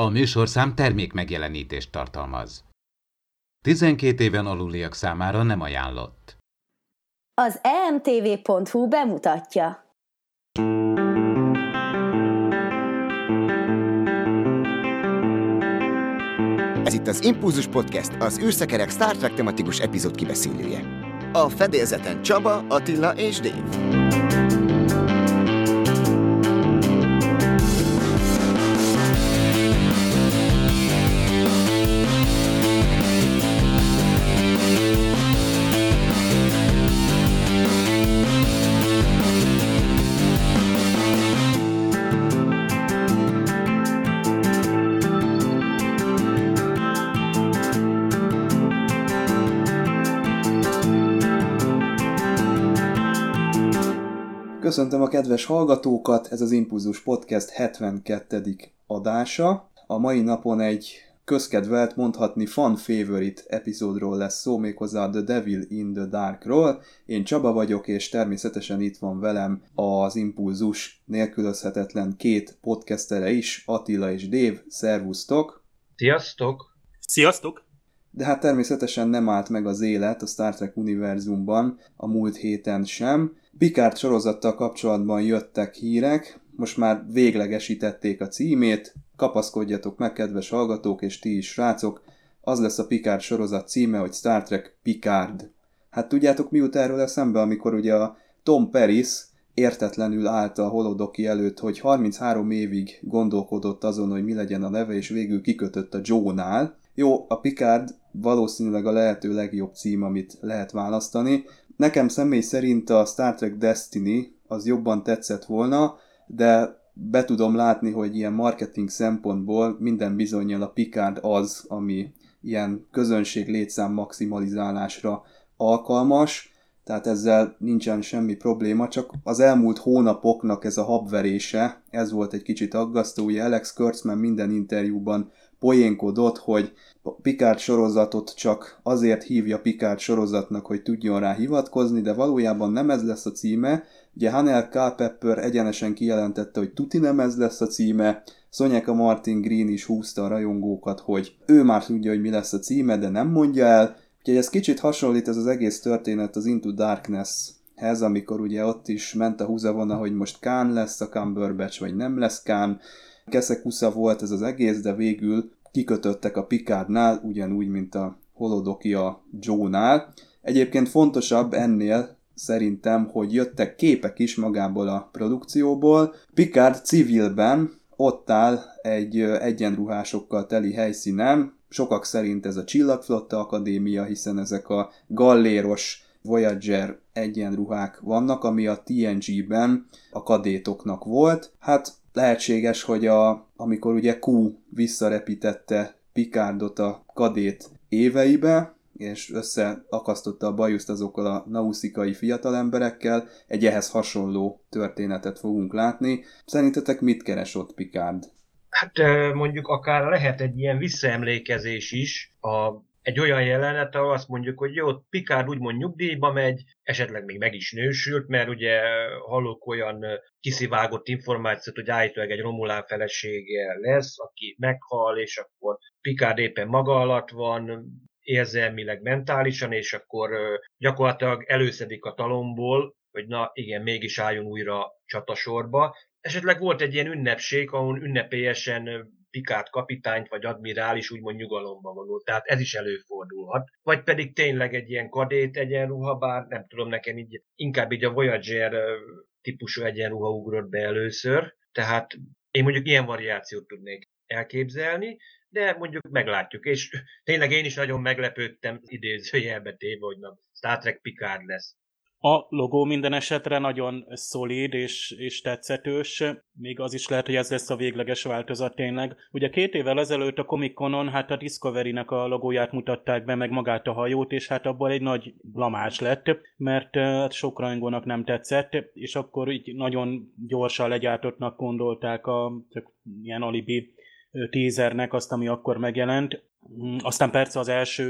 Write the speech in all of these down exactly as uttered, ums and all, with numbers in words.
A műsorszám termékmegjelenítést tartalmaz. tizenkét éven aluliak számára nem ajánlott. Az e em té vé pont hú bemutatja. Ez itt az Impulzus Podcast, az űrszekerek Star Trek tematikus epizód kibeszélője. A fedélzeten Csaba, Attila és Dave. Köszöntöm a kedves hallgatókat, ez az Impulzus Podcast hetvenkettedik adása. A mai napon egy közkedvelt, mondhatni fan favorite epizódról lesz szó, méghozzá The Devil in the Darkról. Én Csaba vagyok, és természetesen itt van velem az Impulzus nélkülözhetetlen két podcastere is, Attila és Dave. Szervusztok! Sziasztok! Sziasztok! De hát természetesen nem állt meg az élet a Star Trek univerzumban a múlt héten sem. Picard sorozattal kapcsolatban jöttek hírek, most már véglegesítették a címét, kapaszkodjatok meg, kedves hallgatók, és ti is, srácok, az lesz a Picard sorozat címe, hogy Star Trek Picard. Hát tudjátok, mi jut erről eszembe, amikor ugye a Tom Paris értetlenül állt a holodoki előtt, hogy harminchárom évig gondolkodott azon, hogy mi legyen a neve, és végül kikötött a Joe-nál. Jó, a Picard valószínűleg a lehető legjobb cím, amit lehet választani. Nekem személy szerint a Star Trek Destiny az jobban tetszett volna, de be tudom látni, hogy ilyen marketing szempontból minden bizonnyal a Picard az, ami ilyen közönség létszám maximalizálásra alkalmas, tehát ezzel nincsen semmi probléma, csak az elmúlt hónapoknak ez a habverése, ez volt egy kicsit aggasztó, ugye Alex Kurtzman minden interjúban poénkodott, hogy a Picard sorozatot csak azért hívja Picard sorozatnak, hogy tudjon rá hivatkozni, de valójában nem ez lesz a címe. Ugye Hanel Culpepper egyenesen kijelentette, hogy tuti nem ez lesz a címe, Soneca Martin Green is húzta a rajongókat, hogy ő már tudja, hogy mi lesz a címe, de nem mondja el. Úgyhogy ez kicsit hasonlít ez az egész történet az Into Darkness-hez, amikor ugye ott is ment a húzavona, hogy most Khan lesz a Cumberbatch, vagy nem lesz Khan. Keszekusza volt ez az egész, de végül kikötöttek a Picardnál, ugyanúgy, mint a holodoki a Joe-nál. Egyébként fontosabb ennél szerintem, hogy jöttek képek is magából a produkcióból. Picard civilben ott áll egy egyenruhásokkal teli helyszínen. Sokak szerint ez a Csillagflotta Akadémia, hiszen ezek a galléros Voyager egyenruhák vannak, ami a té en gé-ben a kadétoknak volt. Hát lehetséges, hogy a, amikor ugye Q visszarepítette Picardot a kadét éveibe, és összeakasztotta a bajuszt azokkal a nauszikai fiatalemberekkel, egy ehhez hasonló történetet fogunk látni. Szerintetek mit keres ott Picard? Hát mondjuk akár lehet egy ilyen visszaemlékezés is, a, egy olyan jelenet, ahol azt mondjuk, hogy jó, Picard úgymond nyugdíjba megy, esetleg még meg is nősült, mert ugye hallok olyan kiszivágott információt, hogy állítólag egy Romulán felesége lesz, aki meghal, és akkor Picard éppen maga alatt van, érzelmileg, mentálisan, és akkor gyakorlatilag előszedik a talomból, hogy na igen, mégis álljon újra csatasorba. Esetleg volt egy ilyen ünnepség, ahol ünnepélyesen Picard kapitányt vagy admirális úgymond nyugalomba vonult. Tehát ez is előfordulhat. Vagy pedig tényleg egy ilyen kadét egyenruha, bár nem tudom, nekem így, inkább így a Voyager típusú egyenruha ugrott be először. Tehát én mondjuk ilyen variációt tudnék elképzelni, de mondjuk meglátjuk. És tényleg én is nagyon meglepődtem, idézőjelbe téve, hogy na, Star Trek Picard lesz. A logó minden esetre nagyon szolid és, és tetszetős, még az is lehet, hogy ez lesz a végleges változat tényleg. Ugye két évvel ezelőtt a Comic-Conon hát a Discovery-nek a logóját mutatták be, meg magát a hajót, és hát abból egy nagy blamás lett, mert hát sok rajongónak nem tetszett, és akkor így nagyon gyorsan legyártottnak gondolták a ilyen alibi teasernek azt, ami akkor megjelent. Aztán persze az első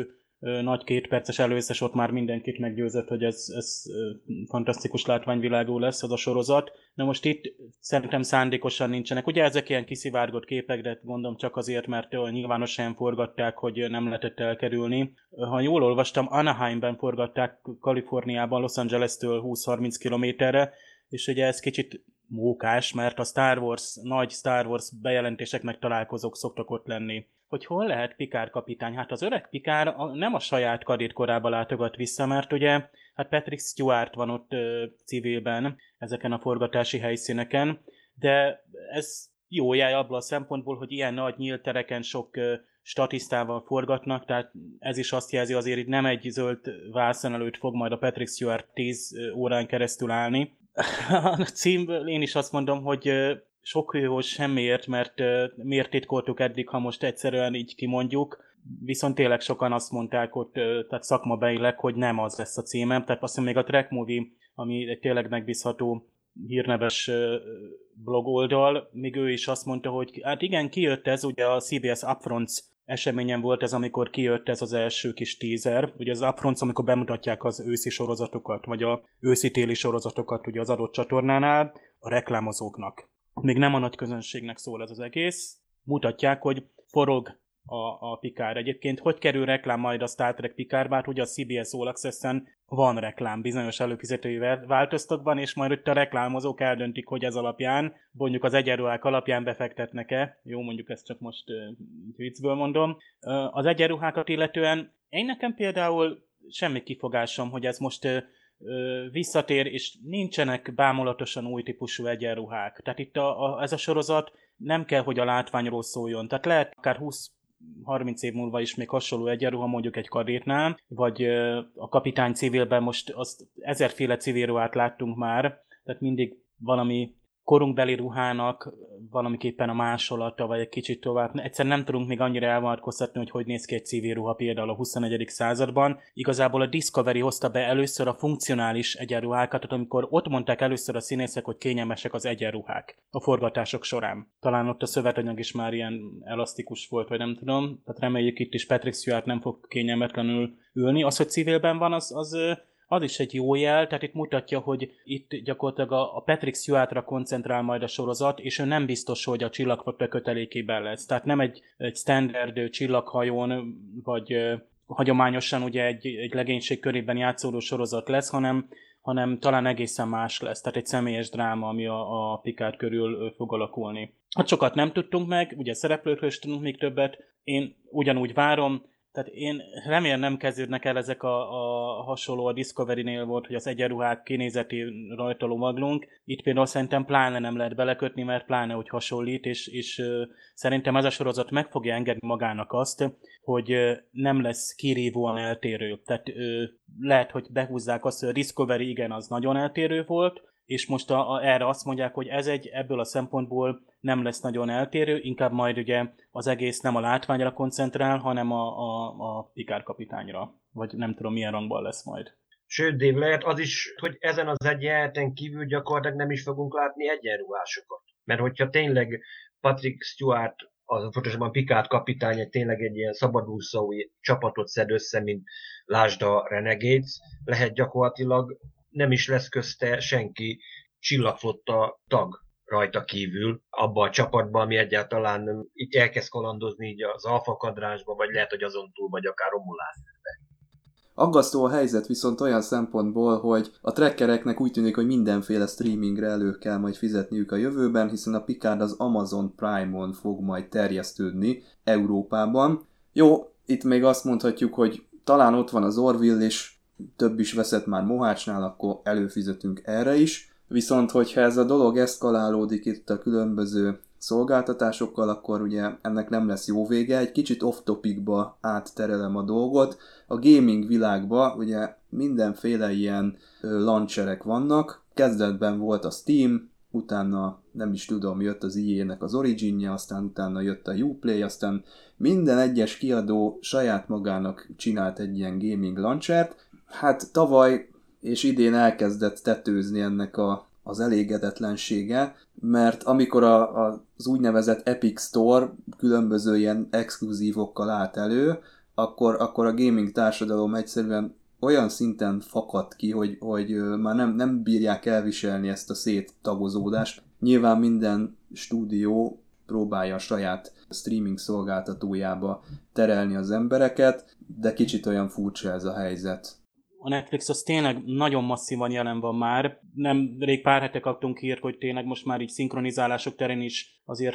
nagy kétperces előzés ott már mindenkit meggyőzött, hogy ez, ez fantasztikus látványvilágú lesz az a sorozat. Na most itt szerintem szándékosan nincsenek. Ugye ezek ilyen kiszivárgott képek, de gondolom csak azért, mert nyilvánosan forgatták, hogy nem lehetett elkerülni. Ha jól olvastam, Anaheimben forgatták, Kaliforniában, Los Angeles-től húsz-harminc kilométerre, és ugye ez kicsit mókás, mert a Star Wars, nagy Star Wars bejelentések meg találkozók szoktak ott lenni. Hogy hol lehet Picard kapitány? Hát az öreg Picard nem a saját kadétkorába látogat vissza, mert ugye hát Patrick Stewart van ott ö, civilben ezeken a forgatási helyszíneken, de ez jó jel abban a szempontból, hogy ilyen nagy nyílt tereken sok ö, statisztával forgatnak, tehát ez is azt jelzi, azért itt nem egy zöld vászon előtt fog majd a Patrick Stewart tíz órán keresztül állni. A címből én is azt mondom, hogy sok hőhoz semmiért, mert miért titkoltuk eddig, ha most egyszerűen így kimondjuk, viszont tényleg sokan azt mondták ott, tehát szakmabelileg, hogy nem az lesz a címem, tehát azt hiszem még a Trek Movie, ami egy tényleg megbízható hírneves blog oldal, még ő is azt mondta, hogy hát igen, kijött ez, ugye a cé bé es Upfronts eseményen volt ez, amikor kijött ez az első kis teaser. Ugye az Upfronts, amikor bemutatják az őszi sorozatokat, vagy a őszi-téli sorozatokat ugye az adott csatornánál a reklámozóknak. Még nem a nagy közönségnek szól ez az egész. Mutatják, hogy forog a, a Picard. Egyébként hogy kerül reklám majd a Star Trek Picardba? Hát ugye a cé bé es All Access-en van reklám bizonyos előfizetői változtatban, és majd ott a reklámozók eldöntik, hogy ez alapján, mondjuk az egyenruhák alapján befektetnek-e. Jó, mondjuk ezt csak most uh, viccből mondom. Uh, az egyenruhákat illetően én nekem például semmi kifogásom, hogy ez most uh, visszatér, és nincsenek bámulatosan új típusú egyenruhák. Tehát itt a, a, ez a sorozat nem kell, hogy a látványról szóljon. Tehát lehet akár húsz-harminc év múlva is még hasonló egyenruha, mondjuk egy kadétnál, vagy a kapitány civilben most azt ezerféle civilruhát láttunk már, tehát mindig valami korunkbeli ruhának valamiképpen a másolata, vagy egy kicsit tovább. Egyszerűen nem tudunk még annyira elvonatkoztatni, hogy hogy néz ki egy civil ruha például a huszonegyedik században. Igazából a Discovery hozta be először a funkcionális egyenruhákat, tehát amikor ott mondták először a színészek, hogy kényelmesek az egyenruhák a forgatások során. Talán ott a szövetanyag is már ilyen elasztikus volt, vagy nem tudom. Tehát reméljük itt is Patrick Stewart nem fog kényelmetlenül ülni. Az, hogy civilben van, az... az az is egy jó jel, tehát itt mutatja, hogy itt gyakorlatilag a Patrick Stewartra koncentrál majd a sorozat, és ő nem biztos, hogy a csillagflotta kötelékében lesz. Tehát nem egy, egy standard csillaghajón, vagy uh, hagyományosan ugye egy, egy legénység körében játszódó sorozat lesz, hanem, hanem talán egészen más lesz. Tehát egy személyes dráma, ami a, a Picard körül fog alakulni. Hát sokat nem tudtunk meg, ugye szereplőkről is tudunk még többet. Én ugyanúgy várom. Tehát én remélem nem kezdődnek el ezek a, a hasonló a Discovery-nél volt, hogy az egyenruhák kinézeti rajta lovaglunk. Itt például szerintem pláne nem lehet belekötni, mert pláne hogy hasonlít, és, és uh, szerintem ez a sorozat meg fogja engedni magának azt, hogy uh, nem lesz kirívóan eltérő. Tehát uh, lehet, hogy behúzzák azt, hogy a Discovery igen, az nagyon eltérő volt, és most a, a, erre azt mondják, hogy ez egy ebből a szempontból nem lesz nagyon eltérő, inkább majd ugye az egész nem a látványra koncentrál, hanem a, a, a Picard kapitányra, vagy nem tudom milyen rangban lesz majd. Sőt, Dave, lehet az is, hogy ezen az egy jeleneten kívül gyakorlatilag nem is fogunk látni egyenruhásokat. Mert hogyha tényleg Patrick Stewart, az fontosabban Picard kapitány, tényleg egy ilyen szabadúszói csapatot szed össze, mint lásd a Renegades, lehet gyakorlatilag nem is lesz közte senki csillagflotta tag rajta kívül, abban a csapatban, ami egyáltalán itt elkezd kalandozni így az alfa kadránsba, vagy lehet, hogy azon túl, vagy akár Romulánsbe. Aggasztó a helyzet viszont olyan szempontból, hogy a trekkereknek úgy tűnik, hogy mindenféle streamingre elő kell majd fizetniük a jövőben, hiszen a Picard az Amazon Prime-on fog majd terjesztődni Európában. Jó, itt még azt mondhatjuk, hogy talán ott van az Orville, és több is veszett már Mohácsnál, akkor előfizetünk erre is. Viszont, hogyha ez a dolog eszkalálódik itt a különböző szolgáltatásokkal, akkor ugye ennek nem lesz jó vége. Egy kicsit off-topicba átterelem a dolgot. A gaming világban ugye mindenféle ilyen launcherek vannak. Kezdetben volt a Steam, utána nem is tudom, jött az í á-nek az Origin-je, aztán utána jött a Uplay, aztán minden egyes kiadó saját magának csinált egy ilyen gaming launchert. Hát tavaly és idén elkezdett tetőzni ennek a, az elégedetlensége, mert amikor a, a, az úgynevezett Epic Store különböző ilyen exkluzívokkal állt elő, akkor, akkor a gaming társadalom egyszerűen olyan szinten fakadt ki, hogy, hogy már nem, nem bírják elviselni ezt a széttagozódást. Nyilván minden stúdió próbálja a saját streaming szolgáltatójába terelni az embereket, de kicsit olyan furcsa ez a helyzet. A Netflix az tényleg nagyon masszívan jelen van már. Nemrég pár hete kaptunk hírt, hogy tényleg most már így szinkronizálások terén is azért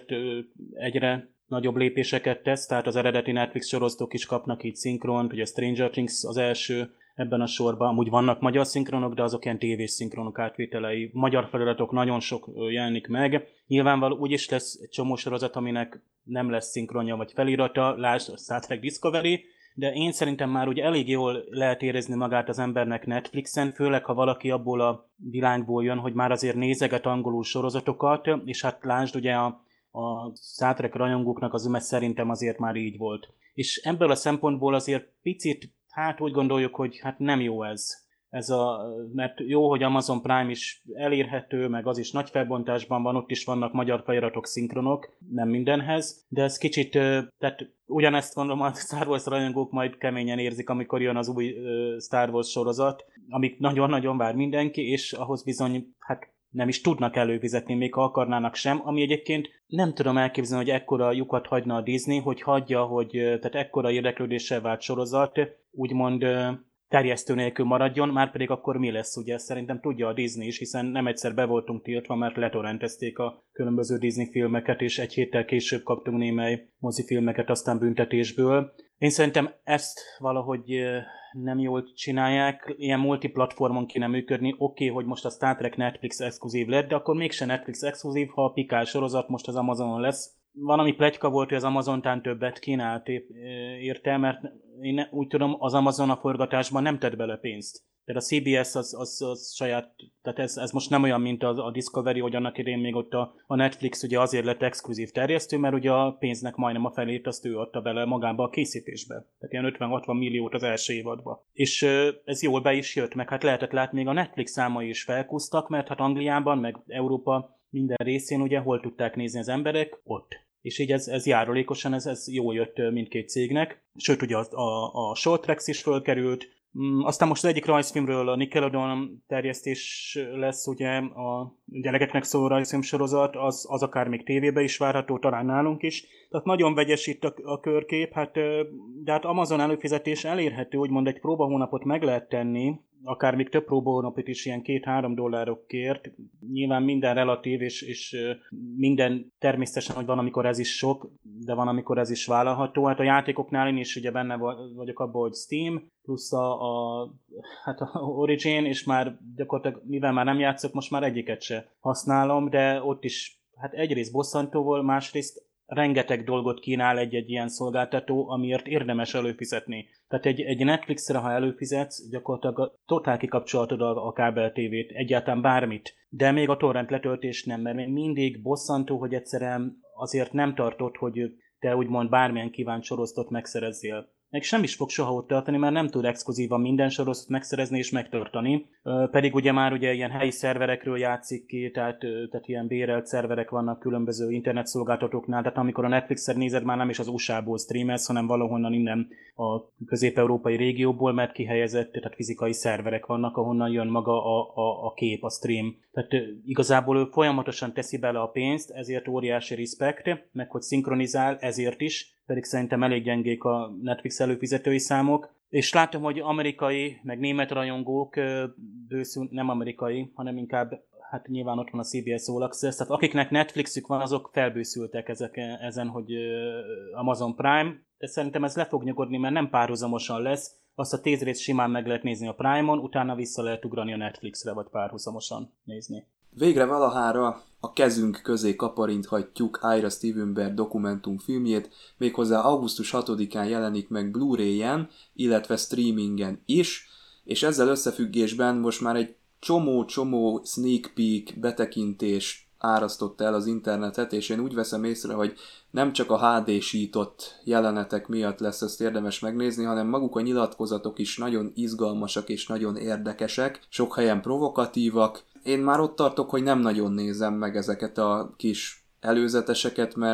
egyre nagyobb lépéseket tesz, tehát az eredeti Netflix sorozatok is kapnak így szinkront, ugye Stranger Things az első ebben a sorban, amúgy vannak magyar szinkronok, de azok ilyen tévés szinkronok átvételei. Magyar feliratok nagyon sok jelenik meg. Nyilvánvaló úgyis lesz egy csomó sorozat, aminek nem lesz szinkronja vagy felirata, lásd a Star Trek Discovery, de én szerintem már úgy elég jól lehet érezni magát az embernek Netflixen, főleg ha valaki abból a világból jön, hogy már azért nézeget angolul sorozatokat, és hát lásd ugye a, a Star Trek rajongóknak az üme szerintem azért már így volt. És ebből a szempontból azért picit, hát úgy gondoljuk, hogy hát nem jó ez. Ez a, mert jó, hogy Amazon Prime is elérhető, meg az is nagy felbontásban van, ott is vannak magyar feliratok, szinkronok, nem mindenhez, de ez kicsit, tehát ugyanezt gondolom, a Star Wars rajongók majd keményen érzik, amikor jön az új Star Wars sorozat, amit nagyon-nagyon vár mindenki, és ahhoz bizony, hát nem is tudnak előfizetni, még ha akarnának sem, ami egyébként nem tudom elképzelni, hogy ekkora lyukat hagyna a Disney, hogy hagyja, hogy tehát ekkora érdeklődéssel vált sorozat, úgymond terjesztő nélkül maradjon, már pedig akkor mi lesz, ugye szerintem tudja a Disney is, hiszen nem egyszer be voltunk tiltva, mert letorrentezték a különböző Disney filmeket, és egy héttel később kaptunk némely mozifilmeket aztán büntetésből. Én szerintem ezt valahogy nem jól csinálják, ilyen multiplatformon kéne működni, oké, okay, hogy most a Star Trek Netflix exkluzív lett, de akkor mégsem Netflix exkluzív, ha a Picard sorozat most az Amazonon lesz. Valami pletyka volt, hogy az Amazontán többet kínált érte, mert én úgy tudom, az Amazon a forgatásban nem tett bele pénzt. Tehát a cé bé es az, az, az saját, tehát ez, ez most nem olyan, mint a, a Discovery, hogy annak idején még ott a, a Netflix ugye azért lett exkluzív terjesztő, mert ugye a pénznek majdnem a felét azt ő adta bele magába a készítésbe. Tehát ilyen ötven-hatvan milliót az első évadban. És ez jól be is jött, meg hát lehetett látni, még a Netflix számai is felkúztak, mert hát Angliában, meg Európa minden részén ugye hol tudták nézni az emberek? Ott. És így ez, ez járulékosan, ez, ez jól jött mindkét cégnek. Sőt, ugye a, a, a Short Tracks is fölkerült. Aztán most az egyik rajzfilmről a Nickelodeon terjesztés lesz, ugye a gyerekeknek szóló rajzfilm sorozat, az, az akár még tévébe is várható, talán nálunk is. Tehát nagyon vegyes itt a, a körkép, hát, de hát Amazon előfizetés elérhető, úgymond egy próbahónapot meg lehet tenni, akár még több próbahónapot is ilyen két-három dollárokért. Nyilván minden relatív, és, és minden természetesen, hogy van, amikor ez is sok, de van, amikor ez is vállalható. Hát a játékoknál én is ugye benne vagyok abban, hogy Steam, plusz a, a, hát a Origin, és már gyakorlatilag, mivel már nem játszok, most már egyiket se használom, de ott is hát egyrészt bosszantó volt, másrészt rengeteg dolgot kínál egy-egy ilyen szolgáltató, amiért érdemes előfizetni. Tehát egy, egy Netflixre, ha előfizetsz, gyakorlatilag totál kikapcsolhatod a, a kábel tévét, egyáltalán bármit. De még a torrent letöltés nem, mert még mindig bosszantó, hogy egyszerűen azért nem tartod, hogy te úgymond bármilyen kívánt sorozatot megszerezzél. Meg sem is fog soha ott tartani, mert nem tud exkluzívan minden sorozatot megszerezni és megtartani. Pedig ugye már ugye ilyen helyi szerverekről játszik ki, tehát, tehát ilyen bérelt szerverek vannak különböző internetszolgáltatóknál, tehát amikor a Netflixet nézed, már nem is az u es á-ból streamelsz, hanem valahonnan innen a közép-európai régióból, mert kihelyezett, tehát fizikai szerverek vannak, ahonnan jön maga a, a, a kép, a stream. Tehát igazából ő folyamatosan teszi bele a pénzt, ezért óriási respekt, meg hogy szinkronizál, ezért is, pedig szerintem elég gyengék a Netflix előfizetői számok. És látom, hogy amerikai, meg német rajongók bőszül, nem amerikai, hanem inkább, hát nyilván ott van a cé bé es All Access, tehát akiknek Netflixük van, azok felbőszültek ezek, ezen, hogy Amazon Prime, de szerintem ez le fog nyugodni, mert nem párhuzamosan lesz, azt a tíz részt simán meg lehet nézni a Prime-on, utána vissza lehet ugrani a Netflixre, vagy párhuzamosan nézni. Végre valahára a kezünk közé kaparinthatjuk Ira Steven Behr dokumentumfilmjét, méghozzá augusztus hatodikán jelenik meg Blu-ray-en, illetve streamingen is, és ezzel összefüggésben most már egy csomó-csomó sneak peek betekintés árasztotta el az internetet, és én úgy veszem észre, hogy nem csak a há dé-sított jelenetek miatt lesz ezt érdemes megnézni, hanem maguk a nyilatkozatok is nagyon izgalmasak és nagyon érdekesek, sok helyen provokatívak. Én már ott tartok, hogy nem nagyon nézem meg ezeket a kis előzeteseket, mert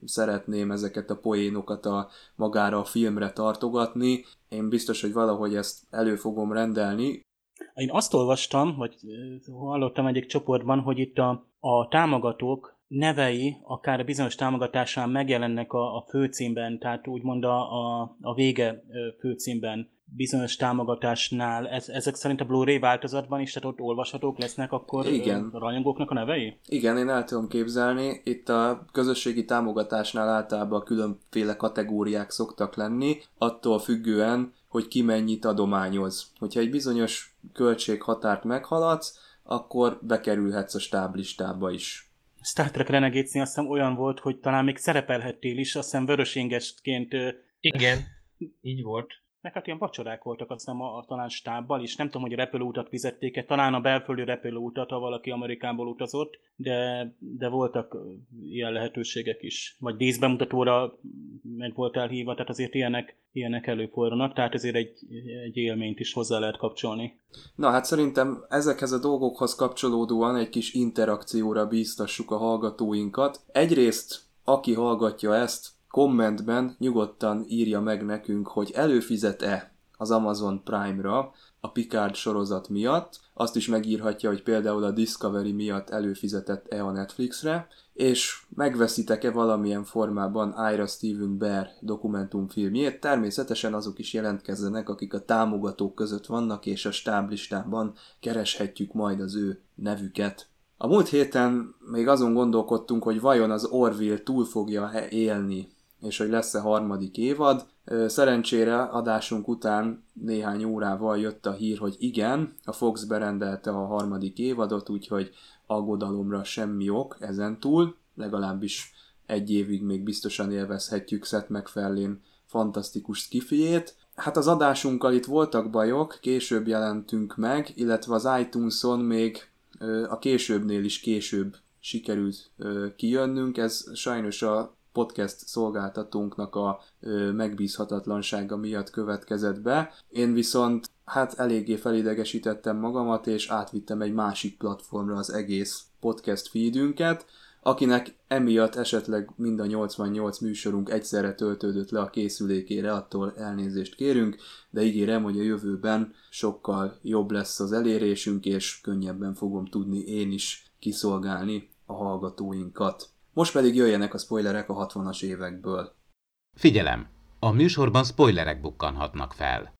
szeretném ezeket a poénokat a, magára a filmre tartogatni. Én biztos, hogy valahogy ezt elő fogom rendelni. Én azt olvastam, vagy hallottam egyik csoportban, hogy itt a, a támogatók nevei akár bizonyos támogatásán megjelennek a, a főcímben, tehát úgymond a, a, a vége főcímben bizonyos támogatásnál. Ez, ezek szerint a Blu-ray változatban is, tehát ott olvashatók lesznek akkor Igen. a rajongóknak a nevei? Igen, én el tudom képzelni. Itt a közösségi támogatásnál általában különféle kategóriák szoktak lenni, attól függően, hogy ki mennyit adományoz. Hogyha egy bizonyos költséghatárt meghaladsz, akkor bekerülhetsz a stáblistába is. Star Trek Renegades-nél azt hiszem olyan volt, hogy talán még szerepelhettél is, azt hiszem vörösingestként. Igen, így volt. Meg hát ilyen vacsorák voltak azt hiszem a, a talán stábbal is. Nem tudom, hogy a repülőutat fizették-e, talán a belföldi repülőutat, ha valaki Amerikából utazott, de, de voltak ilyen lehetőségek is. Vagy díszbemutatóra meg voltál hívva, tehát azért ilyenek, ilyenek előfordulnak, tehát ezért egy, egy élményt is hozzá lehet kapcsolni. Na hát szerintem ezekhez a dolgokhoz kapcsolódóan egy kis interakcióra bíztassuk a hallgatóinkat. Egyrészt, aki hallgatja ezt, kommentben nyugodtan írja meg nekünk, hogy előfizet-e az Amazon Prime-ra a Picard sorozat miatt. Azt is megírhatja, hogy például a Discovery miatt előfizetett-e a Netflixre, és megveszitek-e valamilyen formában Ira Steven Behr dokumentumfilmjét. Természetesen azok is jelentkezzenek, akik a támogatók között vannak, és a stáblistában kereshetjük majd az ő nevüket. A múlt héten még azon gondolkodtunk, hogy vajon az Orville túl fogja élni, és hogy lesz-e harmadik évad. Szerencsére adásunk után néhány órával jött a hír, hogy igen, a Fox berendelte a harmadik évadot, úgyhogy aggodalomra semmi ok ezentúl, legalábbis egy évig még biztosan élvezhetjük Seth MacFarlane fantasztikus szkifijét. Hát az adásunkkal itt voltak bajok, később jelentünk meg, illetve az iTunes-on még a későbbnél is később sikerült kijönnünk, ez sajnos a podcast szolgáltatónknak a megbízhatatlansága miatt következett be. Én viszont hát eléggé felidegesítettem magamat, és átvittem egy másik platformra az egész podcast feedünket, akinek emiatt esetleg mind a nyolcvannyolc műsorunk egyszerre töltődött le a készülékére, attól elnézést kérünk, de ígérem, hogy a jövőben sokkal jobb lesz az elérésünk, és könnyebben fogom tudni én is kiszolgálni a hallgatóinkat. Most pedig jöjjenek a spoilerek a hatvanas évekből. Figyelem! A műsorban spoilerek bukkanhatnak fel.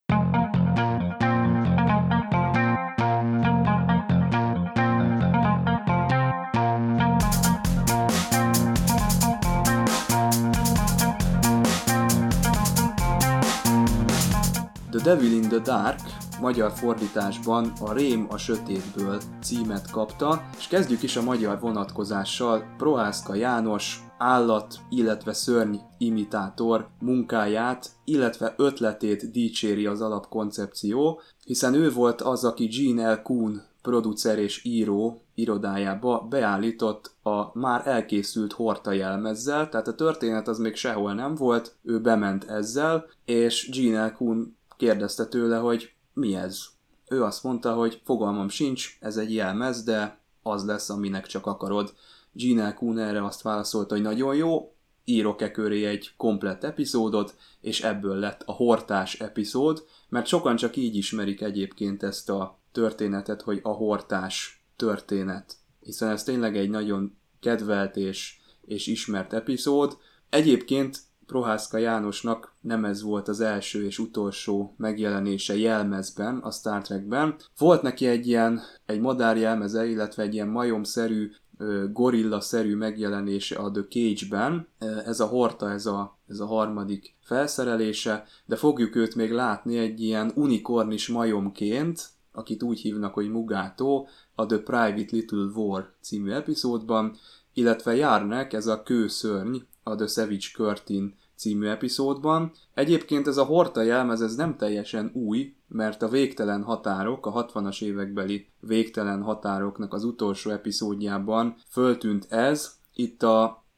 The Devil in the Dark magyar fordításban a Rém a sötétből címet kapta, és kezdjük is a magyar vonatkozással. Prohászka János állat, illetve szörny imitátor munkáját, illetve ötletét dicséri az alapkoncepció, hiszen ő volt az, aki Gene L. Coon producer és író irodájába beállított a már elkészült Horta jelmezzel, tehát a történet az még sehol nem volt, ő bement ezzel, és Gene L. Coon kérdezte tőle, hogy mi ez? Ő azt mondta, hogy fogalmam sincs, ez egy jelmez, de az lesz, aminek csak akarod. Gene L. Coon erre azt válaszolta, hogy nagyon jó, írok-e köré egy komplett epizódot, és ebből lett a Hortás epizód, mert sokan csak így ismerik egyébként ezt a történetet, hogy a Hortás történet. Hiszen ez tényleg egy nagyon kedvelt és, és ismert epizód. Egyébként Prohászka Jánosnak nem ez volt az első és utolsó megjelenése jelmezben, a Star Trekben. Volt neki egy ilyen, egy madár jelmeze, illetve egy ilyen majomszerű, gorilla-szerű megjelenése a The Cage-ben. Ez a Horta, ez a, ez a harmadik felszerelése, de fogjuk őt még látni egy ilyen unikornis majomként, akit úgy hívnak, hogy Mugato, a The Private Little War című epizódban, illetve Jarnek, ez a kőszörny, a The Savage Curtain című epizódban. Egyébként ez a Horta jelmez, ez nem teljesen új, mert a Végtelen határok, a hatvanas évekbeli Végtelen határoknak az utolsó epizódjában föltűnt ez. Itt a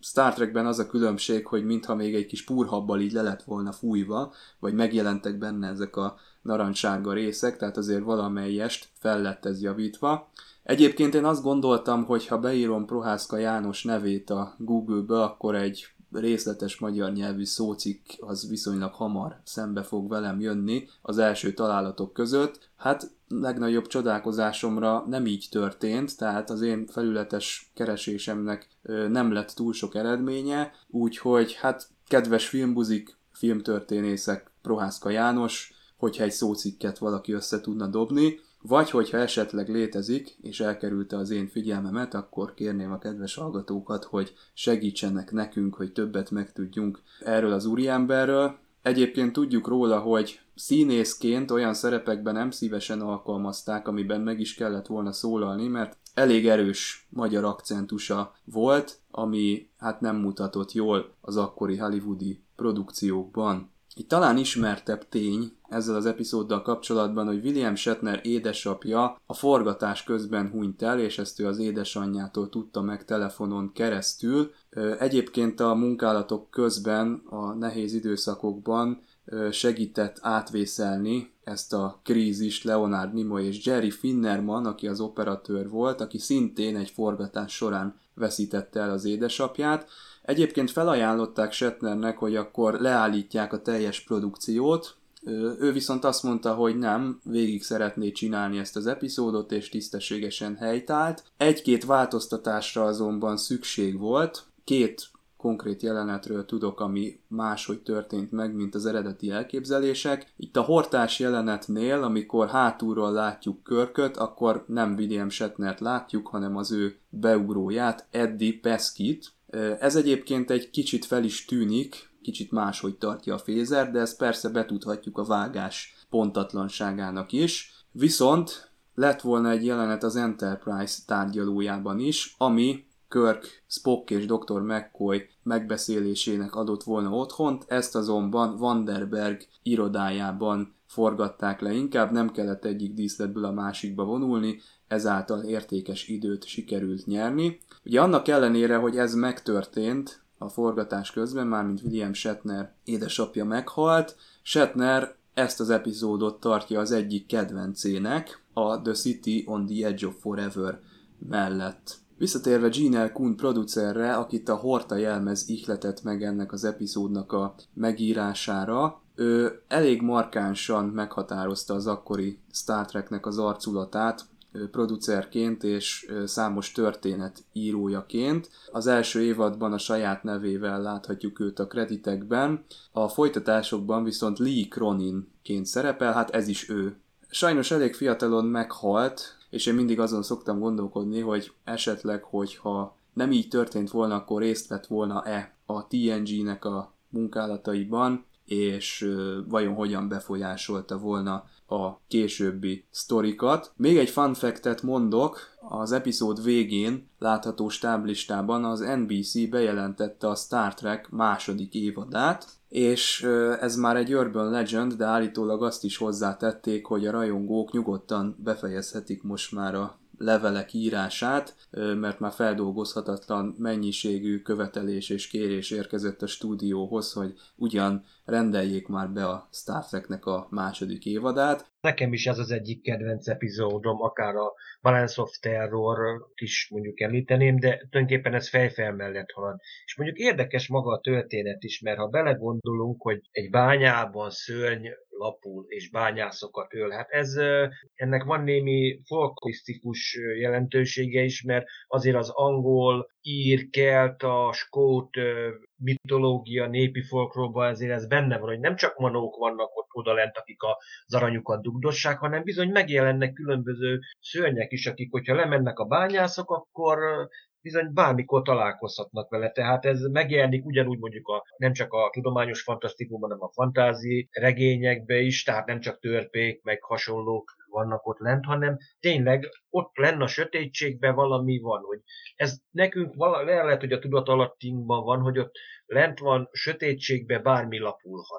Star Trekben az a különbség, hogy mintha még egy kis púrhabbal így le lett volna fújva, vagy megjelentek benne ezek a narancssárga részek, tehát azért valamelyest fel lett ez javítva. Egyébként én azt gondoltam, hogy ha beírom Prohászka János nevét a Google-be, akkor egy részletes magyar nyelvű szócikk az viszonylag hamar szembe fog velem jönni az első találatok között. Hát legnagyobb csodálkozásomra nem így történt, tehát az én felületes keresésemnek nem lett túl sok eredménye, úgyhogy hát kedves filmbuzik, filmtörténészek, Prohászka János, hogyha egy szócikket valaki össze tudna dobni, vagy hogyha esetleg létezik, és elkerülte az én figyelmemet, akkor kérném a kedves hallgatókat, hogy segítsenek nekünk, hogy többet megtudjunk erről az úriemberről. Egyébként tudjuk róla, hogy színészként olyan szerepekben nem szívesen alkalmazták, amiben meg is kellett volna szólalni, mert elég erős magyar akcentusa volt, ami hát nem mutatott jól az akkori hollywoodi produkciókban. Itt talán ismertebb tény ezzel az epizóddal kapcsolatban, hogy William Shatner édesapja a forgatás közben hunyt el, és ezt ő az édesanyjától tudta meg telefonon keresztül. Egyébként a munkálatok közben, a nehéz időszakokban segített átvészelni ezt a krízist Leonard Nimoy és Jerry Finnerman, aki az operatőr volt, aki szintén egy forgatás során veszítette el az édesapját. Egyébként felajánlották Shatnernek, hogy akkor leállítják a teljes produkciót, ő viszont azt mondta, hogy nem, végig szeretné csinálni ezt az epizódot, és tisztességesen helytált. Egy-két változtatásra azonban szükség volt, két konkrét jelenetről tudok, ami máshogy történt meg, mint az eredeti elképzelések. Itt a hortás jelenetnél, amikor hátulról látjuk Kirköt, akkor nem William Shatnert látjuk, hanem az ő beugróját, Eddie Peskit. Ez egyébként egy kicsit fel is tűnik, kicsit máshogy tartja a fézer, de ezt persze betudhatjuk a vágás pontatlanságának is. Viszont lett volna egy jelenet az Enterprise tárgyalójában is, ami Kirk, Spock és doktor McCoy megbeszélésének adott volna otthont, ezt azonban Vanderberg irodájában forgatták le inkább, nem kellett egyik díszletből a másikba vonulni, ezáltal értékes időt sikerült nyerni. Ugye annak ellenére, hogy ez megtörtént a forgatás közben, mármint William Shatner édesapja meghalt, Shatner ezt az epizódot tartja az egyik kedvencének, a The City on the Edge of Forever mellett. Visszatérve Gene L. Coon producerre, akit a Horta jelmez ihletett meg ennek az epizódnak a megírására, ő elég markánsan meghatározta az akkori Star Treknek az arculatát, producerként és számos történet írójaként. Az első évadban a saját nevével láthatjuk őt a kreditekben, a folytatásokban viszont Lee Croninként szerepel, hát ez is ő. Sajnos elég fiatalon meghalt, és én mindig azon szoktam gondolkodni, hogy esetleg, hogyha nem így történt volna, akkor részt vett volna-e a té en gé-nek a munkálataiban, és vajon hogyan befolyásolta volna a későbbi sztorikat. Még egy fun fact-et mondok, az epizód végén látható stáblistában az en bé cé bejelentette a Star Trek második évadát, és ez már egy urban legend, de állítólag azt is hozzátették, hogy a rajongók nyugodtan befejezhetik most már a levelek írását, mert már feldolgozhatatlan mennyiségű követelés és kérés érkezett a stúdióhoz, hogy ugyan rendeljék már be a Star Treknek a második évadát. Nekem is ez az egyik kedvenc epizódom, akár a Balance of Terror is mondjuk említeném, de tulajdonképpen ez fejfel mellett halad. És mondjuk érdekes maga a történet is, mert ha belegondolunk, hogy egy bányában szörny lapul és bányászokat öl, hát ez, ennek van némi folklorisztikus jelentősége is, mert azért az angol, ír, kelta, skót mitológia, népi folklórban azért ez benne van, hogy nem csak manók vannak ott odalent, akik az aranyukat dugdossák, hanem bizony megjelennek különböző szörnyek is, akik, hogyha lemennek a bányászok, akkor bizony bármikor találkozhatnak vele. Tehát ez megjelenik ugyanúgy mondjuk a, nem csak a tudományos fantasztikumban, hanem a fantázi regényekbe is, tehát nem csak törpék, meg hasonlók vannak ott lent, hanem tényleg ott lenne a sötétségben valami van, hogy ez nekünk vala, lehet, hogy a tudatalattinkban van, hogy ott lent van sötétségben bármi lapulhat.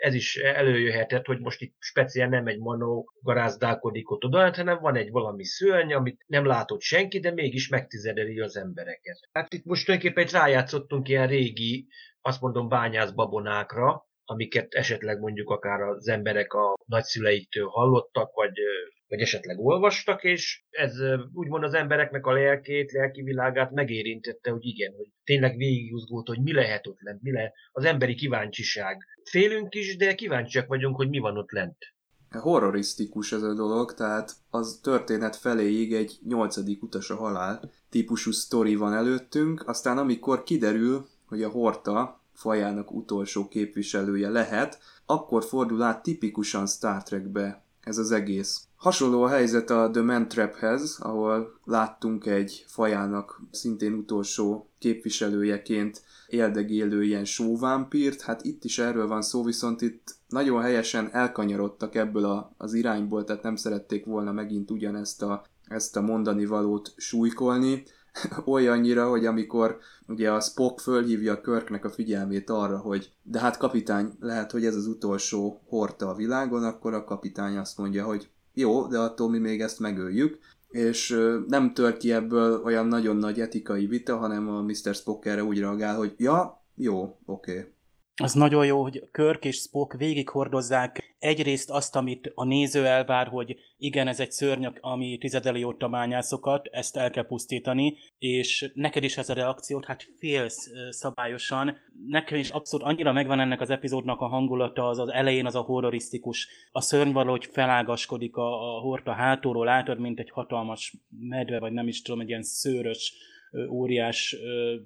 ez is előjöhetett, hogy most itt speciál nem egy manó garázdálkodik ott oda, hanem van egy valami szörny, amit nem látott senki, de mégis megtizedeli az embereket. Hát itt most tulajdonképpen rájátszottunk ilyen régi, azt mondom, bányászbabonákra, amiket esetleg mondjuk akár az emberek a nagyszüleiktől hallottak, vagy, vagy esetleg olvastak, és ez úgymond az embereknek a lelkét, lelki világát megérintette, hogy igen, hogy tényleg végigizgult, hogy mi lehet ott lent, mi lehet az emberi kíváncsiság. Félünk is, de kíváncsiak vagyunk, hogy mi van ott lent. Horrorisztikus ez a dolog, tehát az történet feléig egy nyolcadik utas a halál típusú sztori van előttünk, aztán amikor kiderül, hogy a Horta fajának utolsó képviselője lehet, akkor fordul át tipikusan Star Trekbe ez az egész. Hasonló a helyzet a The Man Traphez, ahol láttunk egy fajának szintén utolsó képviselőjeként éldegélő ilyen sóvámpírt, hát itt is erről van szó, viszont itt nagyon helyesen elkanyarodtak ebből a, az irányból, tehát nem szerették volna megint ugyanezt a, ezt a mondani valót súlykolni, olyannyira, hogy amikor ugye a Spock fölhívja Kirknek a figyelmét arra, hogy de hát kapitány, lehet, hogy ez az utolsó Horta a világon, akkor a kapitány azt mondja, hogy jó, de attól mi még ezt megöljük, és nem tört ki ebből olyan nagyon nagy etikai vita, hanem a miszter Spock erre úgy reagál, hogy ja, jó, oké. Okay. Az nagyon jó, hogy Kirk és Spock végighordozzák egyrészt azt, amit a néző elvár, hogy igen, ez egy szörny, ami tizedeli ott a bányászokat, ezt el kell pusztítani, és neked is ez a reakciót, hát félsz szabályosan. Nekem is abszolút annyira megvan ennek az epizódnak a hangulata, az az elején az a horrorisztikus. A szörny valahogy felágaskodik a, a Horta hátulról, látod, mint egy hatalmas medve, vagy nem is tudom, egy ilyen szőrös, óriás,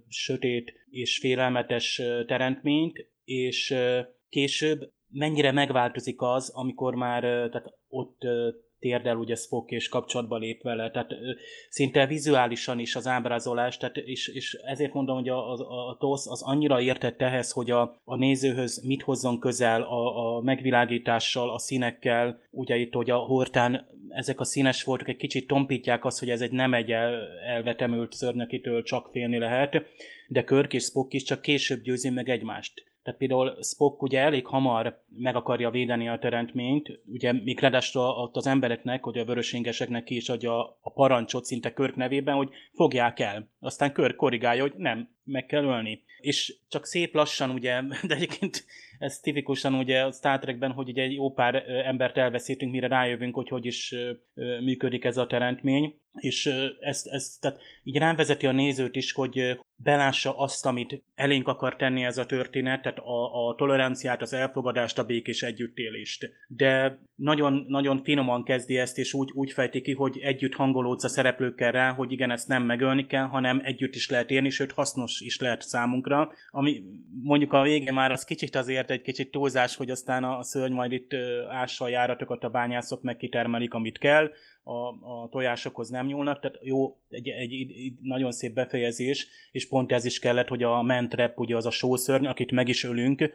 sötét és félelmetes teremtményt, és később mennyire megváltozik az, amikor már tehát ott térdel ugye Spock és kapcsolatba lép vele, tehát szinte vizuálisan is az ábrázolás, tehát és, és ezért mondom, hogy a, a, a té o es az annyira értett ehhez, hogy a, a nézőhöz mit hozzon közel a, a megvilágítással, a színekkel, ugye itt, hogy a Hortán ezek a színes foltok egy kicsit tompítják azt, hogy ez egy nem egy el, elvetemült szörny, akitől csak félni lehet, de Kirk és Spock is csak később győzi meg egymást. Tehát például Spock ugye elég hamar meg akarja védeni a teremtményt, ugye még ráadásul ott az embereknek, hogy a vörösingeseknek ki is adja a parancsot szinte Kirk nevében, hogy fogják el. Aztán Kirk korrigálja, hogy nem, meg kell ölni. És csak szép lassan ugye, de egyébként ez tipikusan ugye a Star Trekben, hogy ugye egy jó pár embert elveszítünk, mire rájövünk, hogy hogy is működik ez a teremtmény. És ezt, ezt tehát így rávezeti a nézőt is, hogy belássa azt, amit elénk akar tenni ez a történet, tehát a, a toleranciát, az elfogadást, a békés együttélést. De nagyon, nagyon finoman kezdi ezt, és úgy, úgy fejti ki, hogy együtt hangolódsz a szereplőkkel rá, hogy igen, ezt nem megölni kell, hanem együtt is lehet élni, sőt hasznos is lehet számunkra. Ami mondjuk a végén már az kicsit azért egy kicsit túlzás, hogy aztán a szörny majd itt ássa a járatokat, a bányászok meg kitermelik, amit kell, a, a tojásokhoz nem nyúlnak, tehát jó, egy, egy, egy nagyon szép befejezés, és pont ez is kellett, hogy a Man Trap, ugye az a sószörny, akit meg is ölünk,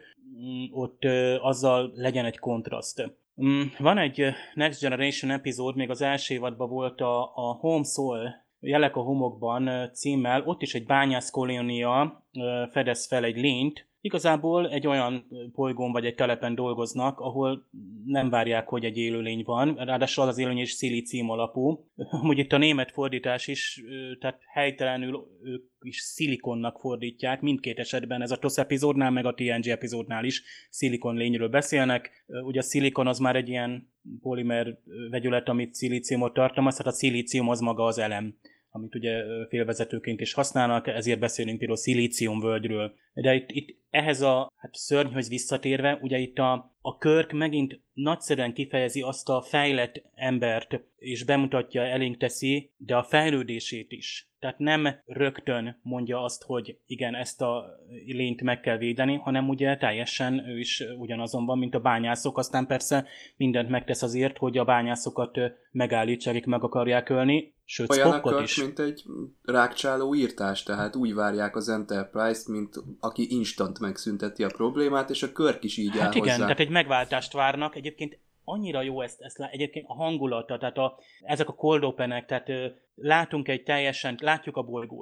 ott azzal legyen egy kontraszt. Van egy Next Generation epizód, még az első évadban volt a, a Home Soul, Jelek a homokban címmel, ott is egy bányász kolónia fedez fel egy lényt. Igazából egy olyan bolygón vagy egy telepen dolgoznak, ahol nem várják, hogy egy élőlény van, ráadásul az élőlény is szilícium alapú. Úgy itt a német fordítás is, tehát helytelenül ők is szilikonnak fordítják, mindkét esetben ez a té o es epizódnál, meg a té en gé epizódnál is szilikon lényről beszélnek. Ugye a szilikon az már egy ilyen polimer vegyület, amit szilíciumot tartalmaz, tehát a szilícium az maga az elem, amit ugye félvezetőként is használnak, ezért beszélünk például szilíciumvölgyről. De itt, itt ehhez a hát szörnyhöz visszatérve, ugye itt a, a Kirk megint nagyszerűen kifejezi azt a fejlett embert, és bemutatja, elénk teszi, de a fejlődését is. Tehát nem rögtön mondja azt, hogy igen, ezt a lényt meg kell védeni, hanem ugye teljesen ő is ugyanazon van, mint a bányászok, aztán persze mindent megtesz azért, hogy a bányászokat megállítsák, meg akarják ölni, sőt Spockot is. Mint egy rákcsáló írtás, tehát úgy várják az Enterprise-t, mint aki instant megszünteti a problémát, és a Kirk is így hát áll igen, hozzá. Tehát egy megváltást várnak, egyébként annyira jó ezt, ezt egyébként a hangulata, tehát a, ezek a cold openek, tehát ö, látunk egy teljesen, látjuk a bolygót,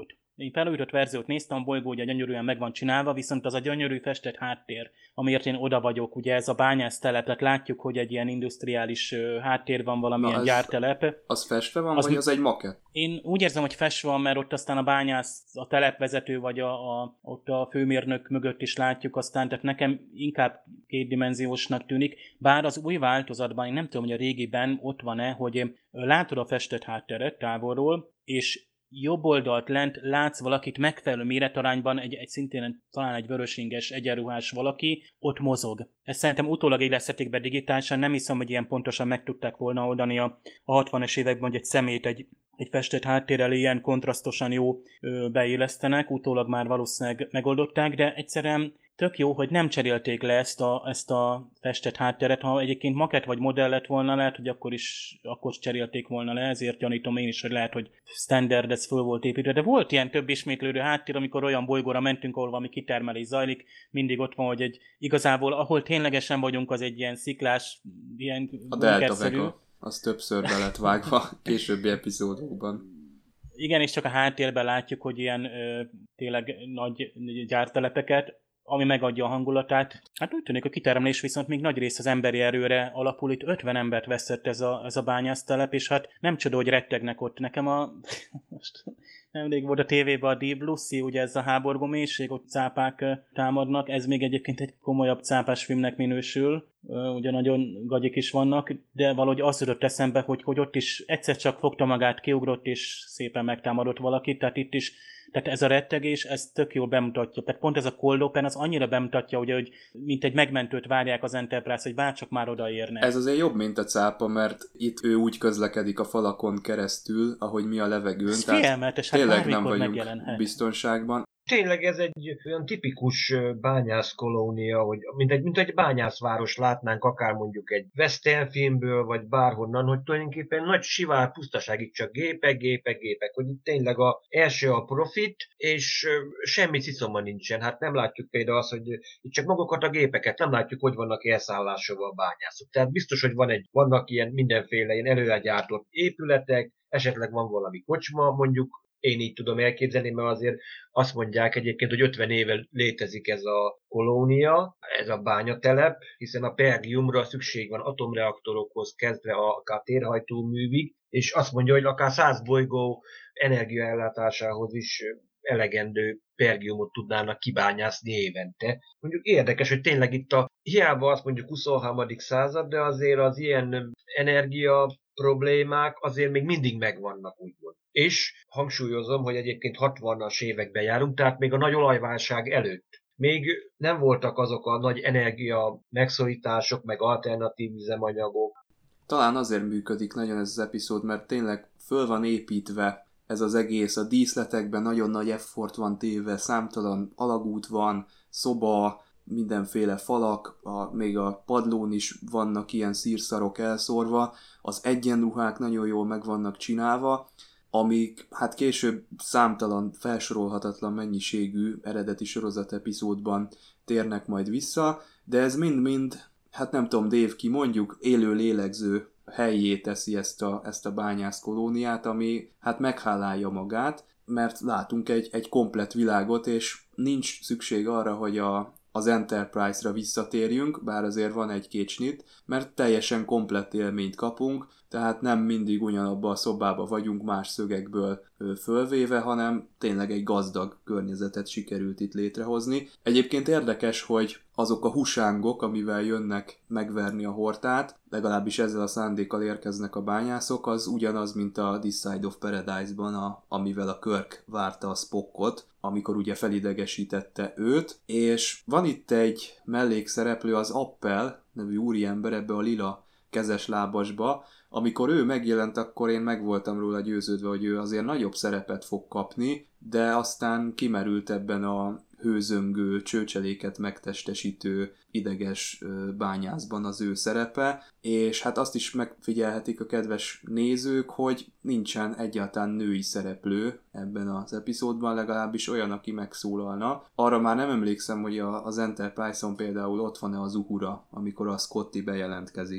én felújított verziót néztem, a bolygó ugye gyönyörűen meg van csinálva, viszont az a gyönyörű festett háttér, amiért én oda vagyok, ugye ez a bányász telep, tehát látjuk, hogy egy ilyen industriális háttér van, valamilyen az, gyártelep. Az festve van, az vagy az egy maket? Én úgy érzem, hogy festve van, mert ott aztán a bányász, a telepvezető, vagy a, a, ott a főmérnök mögött is látjuk aztán, tehát nekem inkább kétdimenziósnak tűnik, bár az új változatban, én nem tudom, hogy a régiben ott van-e, hogy látod a festett hátteret távolról, és jobb oldalt lent látsz valakit megfelelő méretarányban, egy, egy szintén talán egy vörösinges, egyenruhás valaki, ott mozog. Ezt szerintem utólag illesztették be digitálisan, nem hiszem, hogy ilyen pontosan meg tudták volna oldani a, a hatvanas években, hogy egy szemét egy, egy festett háttérrel ilyen kontrasztosan jó ö, beillesztenek, utólag már valószínűleg megoldották, de egyszerűen tök jó, hogy nem cserélték le ezt a, ezt a festett hátteret. Ha egyébként maket vagy modell lett volna, lehet, hogy akkor is akkor cserélték volna le, ezért gyanítom én is, hogy lehet, hogy standard ez föl volt építve. De volt ilyen több ismétlődő háttér, amikor olyan bolygóra mentünk, ahol valami kitermelés zajlik, mindig ott van, hogy egy igazából, ahol ténylegesen vagyunk, az egy ilyen sziklás, ilyen a Delta Vega, az többször be lett vágva későbbi epizódokban. Igen, és csak a háttérben látjuk, hogy ilyen ö, tényleg nagy gyártelepeket, ami megadja a hangulatát. Hát úgy tűnik, a kitermelés viszont még nagy rész az emberi erőre alapul. Itt ötven embert veszett ez a, ez a bányásztelep, és hát nem csoda, hogy rettegnek ott. Nekem a... Most nemrég volt a tévében a Deep Blue Sea, ugye ez a háborgó mélység, ott cápák támadnak. Ez még egyébként egy komolyabb cápás filmnek minősül. Ugye nagyon gagyik is vannak, de valahogy az jutott eszembe, hogy, hogy ott is egyszer csak fogta magát, kiugrott, és szépen megtámadott valakit. Tehát itt is Tehát ez a rettegés, ez tök jól bemutatja. Tehát pont ez a cold open, az annyira bemutatja, ugye, hogy mint egy megmentőt várják az Enterprise, hogy bárcsak már odaérne. Ez azért jobb, mint a cápa, mert itt ő úgy közlekedik a falakon keresztül, ahogy mi a levegőn. Ez félelmetes, hát tényleg nem vagyunk megjelenhet. biztonságban. Tényleg ez egy olyan tipikus bányászkolónia, hogy mint egy, mint egy bányászváros látnánk, akár mondjuk egy western filmből, vagy bárhonnan, hogy tulajdonképpen nagy sivár pusztaságig csak gépek, gépek, gépek, hogy itt tényleg a első a profit, és semmi ciszoma nincsen. Hát nem látjuk például azt, hogy itt csak magukat a gépeket, nem látjuk, hogy vannak elszállásolva a bányászok. Tehát biztos, hogy van egy, vannak ilyen mindenféle ilyen előregyártott épületek, esetleg van valami kocsma, mondjuk, én így tudom elképzelni, mert azért azt mondják egyébként, hogy ötven éve létezik ez a kolónia, ez a bányatelep, hiszen a Pergiumra szükség van atomreaktorokhoz kezdve akár térhajtóművig, és azt mondja, hogy akár száz bolygó energiaellátásához is elegendő pergiumot tudnának kibányászni évente. Mondjuk érdekes, hogy tényleg itt a, hiába azt mondjuk huszonharmadik század, de azért az ilyen energia problémák azért még mindig megvannak, úgymond. És hangsúlyozom, hogy egyébként hatvanas években járunk, tehát még a nagy olajválság előtt. Még nem voltak azok a nagy energia megszorítások, meg alternatív üzemanyagok. Talán azért működik nagyon ez az epizód, mert tényleg föl van építve ez az egész, a díszletekben nagyon nagy effort van téve, számtalan alagút van, szoba, mindenféle falak, a, még a padlón is vannak ilyen szírszarok elszórva, az egyenruhák nagyon jól meg vannak csinálva, amik hát később számtalan felsorolhatatlan mennyiségű eredeti sorozat epizódban térnek majd vissza, de ez mind-mind, hát nem tudom, Dave, ki mondjuk élő lélegző helyé teszi ezt a, ezt a bányász kolóniát, ami hát meghálálja magát, mert látunk egy, egy komplett világot, és nincs szükség arra, hogy a, az Enterprise-ra visszatérjünk, bár azért van egy-két snit, mert teljesen komplett élményt kapunk, tehát nem mindig ugyanabba a szobába vagyunk más szögekből fölvéve, hanem tényleg egy gazdag környezetet sikerült itt létrehozni. Egyébként érdekes, hogy azok a husángok, amivel jönnek megverni a hortát, legalábbis ezzel a szándékkal érkeznek a bányászok, az ugyanaz, mint a This Side of Paradise-ban, a, amivel a Kirk várta a Spockot, amikor ugye felidegesítette őt, és van itt egy mellékszereplő, az Appel nevű úriember ebbe a lila kezes lábasba. Amikor ő megjelent, akkor én meg voltam róla győződve, hogy ő azért nagyobb szerepet fog kapni, de aztán kimerült ebben a hőzöngő, csőcseléket megtestesítő ideges bányászban az ő szerepe, és hát azt is megfigyelhetik a kedves nézők, hogy nincsen egyáltalán női szereplő ebben az epizódban, legalábbis olyan, aki megszólalna. Arra már nem emlékszem, hogy az Enterprise-on például ott van-e az Uhura, amikor a Scotty bejelentkezik.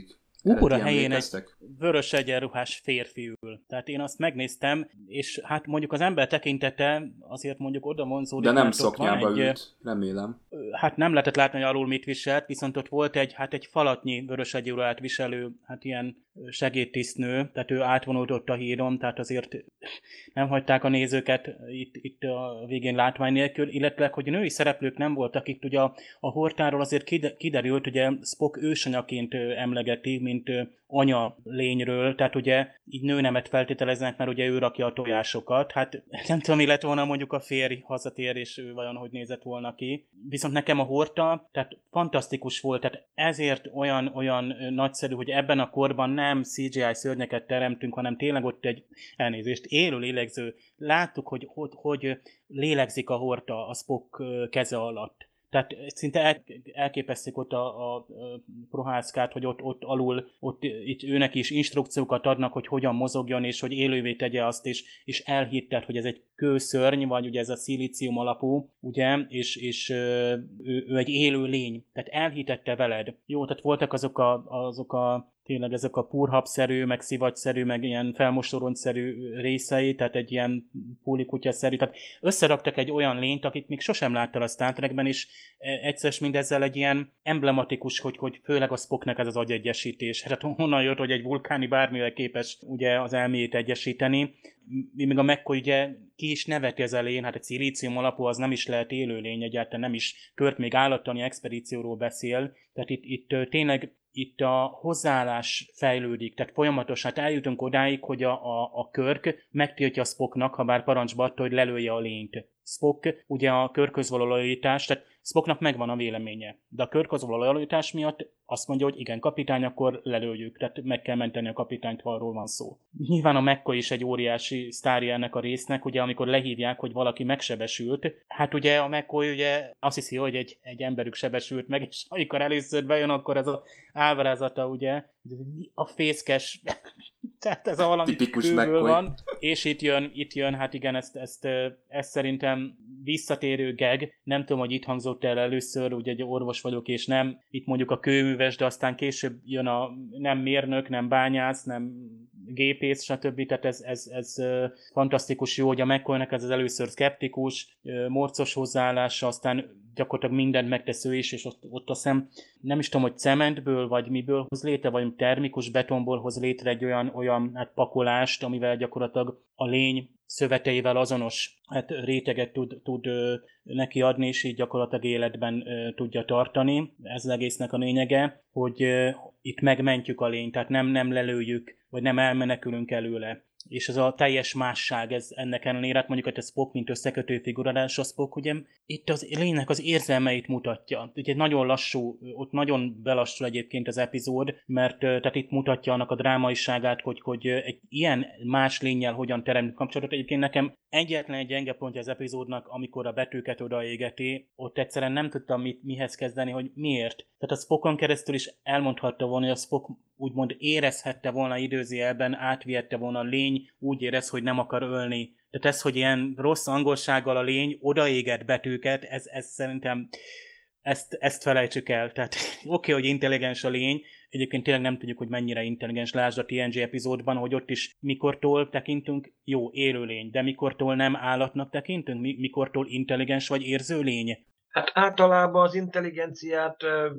Uhura helyén egy vörös egyenruhás férfi ül. Tehát én azt megnéztem, és hát mondjuk az ember tekintete azért mondjuk oda vonzódik. De nem szoknyába egy, ült, remélem. Hát nem lehetett látni, hogy alul mit viselt, viszont ott volt egy, hát egy falatnyi vörös egyenruhát viselő, hát ilyen segédtisztnő, tehát ő átvonult a hídon, tehát azért nem hagyták a nézőket itt, itt a végén látvány nélkül, illetve hogy női szereplők nem voltak itt, ugye a, a Hortáról azért kiderült, ugye Spock ősanyaként emlegeti, mint anya lényről, tehát ugye így nőnemet feltételeznek, mert ugye ő rakja a tojásokat, hát nem tudom, mi lett volna mondjuk a férj hazatér, és ő vajon hogy nézett volna ki. Viszont nekem a Horta, tehát fantasztikus volt, tehát ezért olyan, olyan nagyszerű, hogy ebben a korban nem cé gé i szörnyeket teremtünk, hanem tényleg ott egy elnézést, élő lélegző. Láttuk, hogy hogy, hogy lélegzik a Horta a Spock keze alatt. Tehát szinte el, elképesztik ott a, a, a Prohászkát, hogy ott, ott alul, ott itt őnek is instrukciókat adnak, hogy hogyan mozogjon, és hogy élővé tegye azt, és, és elhitted, hogy ez egy kőszörny, vagy ugye ez a szilícium alapú, ugye, és, és ő, ő egy élő lény. Tehát elhitette veled. Jó, tehát voltak azok a, azok a tényleg ezek a purhabszerű, meg szivagyszerű, meg ilyen felmosorontszerű részei, tehát egy ilyen púlikutyaszerű, tehát összeraktak egy olyan lényt, akit még sosem láttál a Star Trekben, és egyszer mindezzel egy ilyen emblematikus, hogy, hogy főleg a Spocknak ez az agyegyesítés. Hát honnan jött, hogy egy vulkáni bármivel képes ugye az elméjét egyesíteni. Még a McCoy ugye ki is neveti az elején, hát egy szilícium alapú az nem is lehet élőlény, egyáltalán nem is Kirk még állattani expedícióról beszél, tehát itt, itt tényleg itt a hozzáállás fejlődik, tehát folyamatosan hát eljutunk odáig, hogy a, a, a Kirk megtiltja a Spocknak, ha bár parancsba adta, hogy lelője a lényt. Spock ugye a Kirkhöz való lojalitás, tehát Spocknak megvan a véleménye, de a Kirkhöz való lojalitás miatt azt mondja, hogy igen, kapitány, akkor lelőjük, tehát meg kell menteni a kapitányt, ha arról van szó. Nyilván a McCoy is egy óriási sztárja ennek a résznek, ugye amikor lehívják, hogy valaki megsebesült, hát ugye a McCoy ugye azt hiszi, hogy egy, egy emberük sebesült meg, és amikor először bejön, akkor ez a ábrázata ugye, a fészkes, tehát ez a valami tipikus kívül van, és itt jön, itt jön, hát igen, ezt, ezt, ezt szerintem visszatérő gag, nem tudom, hogy itt hangzott el először, ugye egy orvos vagyok, és nem itt mondjuk a kőműves, de aztán később jön a nem mérnök, nem bányász, nem gépész, stb. Tehát ez, ez, ez fantasztikus jó, hogy a McCoynak ez az először szkeptikus, morcos hozzáállása, aztán gyakorlatilag mindent megtesz ő is, és ott, ott azt hiszem, nem is tudom, hogy cementből, vagy miből hoz létre, vagy termikus betonból hoz létre egy olyan, olyan hát pakolást, amivel gyakorlatilag a lény szöveteivel azonos hát, réteget tud, tud ö, neki adni, és így gyakorlatilag életben ö, tudja tartani. Ez az egésznek a lényege, hogy ö, itt megmentjük a lényt, tehát nem, nem lelőjük, vagy nem elmenekülünk előle. És ez a teljes másság, ez ennek ellenére, hát mondjuk, hogy a Spock, mint összekötő figurálás, a Spock, ugye itt az lénynek az érzelmeit mutatja. Ugye nagyon lassú, ott nagyon belassul egyébként az epizód, mert tehát itt mutatja annak a drámaiságát, hogy, hogy egy ilyen más lénnyel hogyan teremtünk kapcsolatot. Egyébként nekem egyetlen egy gyenge pontja az epizódnak, amikor a betűket odaégeti, ott egyszerűen nem tudtam mit, mihez kezdeni, hogy miért. Tehát a Spockon keresztül is elmondhatta volna, hogy a Spock úgymond érezhette volna időzőjelben, átvihette volna a lény, úgy érez, hogy nem akar ölni. Tehát ez, hogy ilyen rossz angolsággal a lény odaégett betűket, ez, ez szerintem ezt, ezt felejtsük el. Tehát oké, okay, hogy intelligens a lény, egyébként tényleg nem tudjuk, hogy mennyire intelligens, lásd a té en gé epizódban, hogy ott is mikortól tekintünk jó élőlény, de mikortól nem állatnak tekintünk, mikortól intelligens vagy érző lény. Hát általában az intelligenciát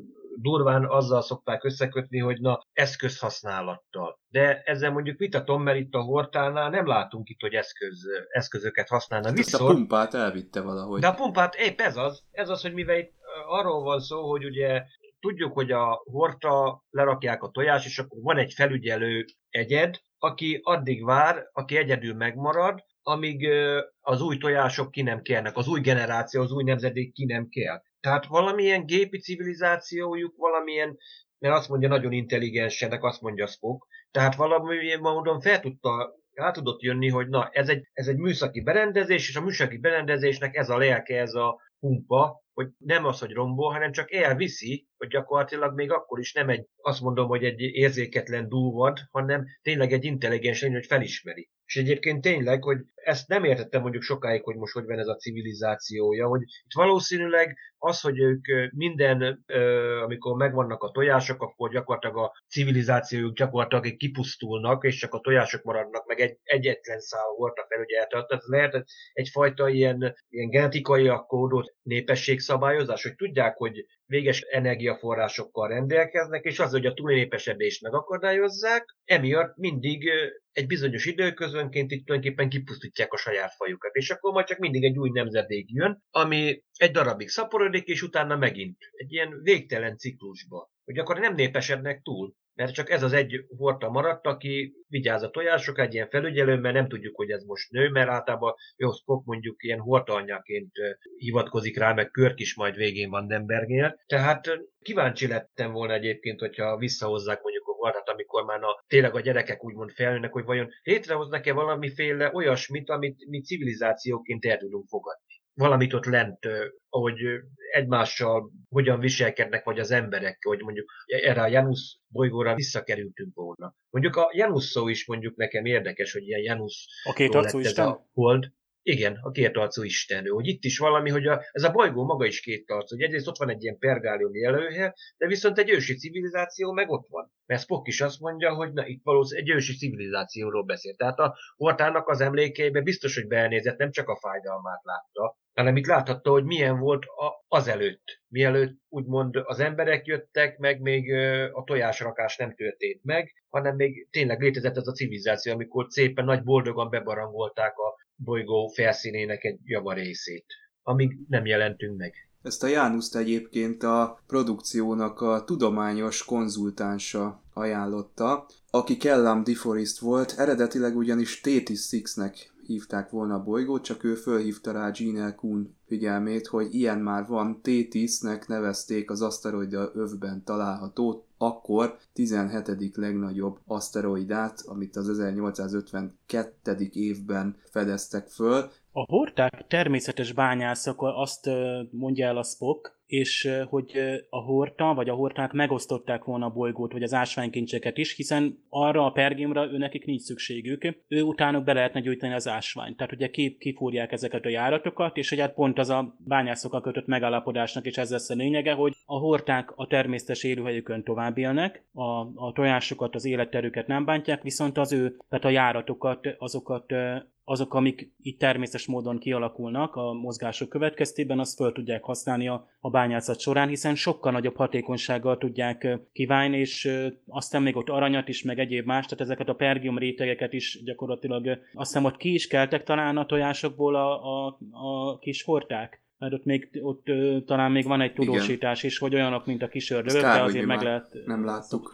durván azzal szokták összekötni, hogy na, eszközhasználattal. De ezzel mondjuk vitatom, mert itt a Hortánál nem látunk itt, hogy eszköz, eszközöket használna. Viszont a pumpát elvitte valahogy. De a pumpát, épp ez az, ez az, hogy mivel itt arról van szó, hogy ugye tudjuk, hogy a Horta lerakják a tojás, és akkor van egy felügyelő egyed, aki addig vár, aki egyedül megmarad, amíg az új tojások ki nem kelnek, az új generáció, az új nemzedék ki nem kell. Tehát valamilyen gépi civilizációjuk, valamilyen, mert azt mondja, nagyon intelligensenek, azt mondja Spock, tehát valamilyen módon fel tudta, el tudott jönni, hogy na, ez egy, ez egy műszaki berendezés, és a műszaki berendezésnek ez a lelke, ez a pumpa, hogy nem az, hogy rombol, hanem csak elviszi, hogy gyakorlatilag még akkor is nem egy, azt mondom, hogy egy érzéketlen dúvad, hanem tényleg egy intelligens lény, hogy felismeri. És egyébként tényleg, hogy ezt nem értettem mondjuk sokáig, hogy most hogy van ez a civilizációja, hogy itt valószínűleg az, hogy ők minden, amikor megvannak a tojások, akkor gyakorlatilag a civilizációjuk gyakorlatilag kipusztulnak, és csak a tojások maradnak, meg egy egyetlen szál volt a felügyelet. Tehát ez lehet egyfajta ilyen, ilyen genetikai kódot népességszabályozás, hogy tudják, hogy véges energiaforrásokkal rendelkeznek, és az, hogy a túlnépesedést megakadályozzák, emiatt mindig egy bizonyos időközönként itt tulajdonképpen kipusztítják a saját fajukat, és akkor majd csak mindig egy új nemzedék jön, ami egy darabig szaporodik, és utána megint egy ilyen végtelen ciklusba, hogy akkor nem népesednek túl, mert csak ez az egy horta maradt, aki vigyáz a tojások, egy ilyen felügyelő, mert nem tudjuk, hogy ez most nő, mert általában jó, Spock mondjuk ilyen hortaanyjaként hivatkozik rá, meg Kirk is majd végén Vandenbergnél. Tehát kíváncsi lettem volna egyébként, hogyha visszahozzák mondjuk a hortát, amikor már a, tényleg a gyerekek úgymond felnőnek, hogy vajon létrehoznak-e valamiféle olyasmit, amit mi civilizációként el tudunk fogadni. Valamit ott lent, ahogy egymással hogyan viselkednek, vagy az emberek, hogy mondjuk erre a Janus bolygóra visszakerültünk volna. Mondjuk a Janus szó is mondjuk nekem érdekes, hogy ilyen Janus a két arcú isten? A hold. Igen, a két arcú istenő. Hogy itt is valami, hogy a, ez a bolygó maga is két arcú. Egyrészt ott van egy ilyen pergálium jelölhe, de viszont egy ősi civilizáció meg ott van. Mert Spock is azt mondja, hogy na, itt valószínűleg egy ősi civilizációról beszél. Tehát a hortának az emlékeibe biztos, hogy beelnézett, nem csak a fájdalmát látta, hanem itt láthatta, hogy milyen volt a, azelőtt. Mielőtt úgymond az emberek jöttek, meg még a tojásrakás nem történt meg, hanem még tényleg létezett ez a civilizáció, amikor szépen nagy boldogan bebarangolták a bolygó felszínének egy javarészét, amíg nem jelentünk meg. Ezt a Jánuszt egyébként a produkciónak a tudományos konzultánsa ajánlotta, aki Kellam DeForest volt, eredetileg ugyanis Tétis hatnak hívták volna a bolygót, csak ő fölhívta rá Gene L. Kuhn figyelmét, hogy ilyen már van, Tétisnek nevezték az aszteroida övben található, akkor tizenhetedik legnagyobb aszteroidát, amit az ezernyolcszázötvenkettő évben fedeztek föl. A horták természetes bányászak, azt mondja el a Spock, és hogy a horta, vagy a horták megosztották volna a bolygót, vagy az ásványkincseket is, hiszen arra a pergiumra őnekik nincs szükségük. Ő utánuk be lehetne gyújtani az ásványt. Tehát ugye kifúrják ezeket a járatokat, és ugye pont az a bányászokkal kötött megállapodásnak, és ez lesz a lényege, hogy a horták a természetes élőhelyükön tovább élnek, a, a tojásokat, az életterüket nem bántják, viszont az ő, tehát a járatokat, azokat azok, amik itt természetes módon kialakulnak a mozgások következtében, azt föl tudják használni a, a bányászat során, hiszen sokkal nagyobb hatékonysággal tudják kiválni, és aztán még ott aranyat is, meg egyéb más, tehát ezeket a pergium rétegeket is gyakorlatilag, azt hiszem ott ki is keltek talán a tojásokból a, a, a kis horták. Mert ott, még, ott ö, talán még van egy tudósítás is, hogy olyanok, mint a kis ördögök, de azért meg lehet... Nem láttuk.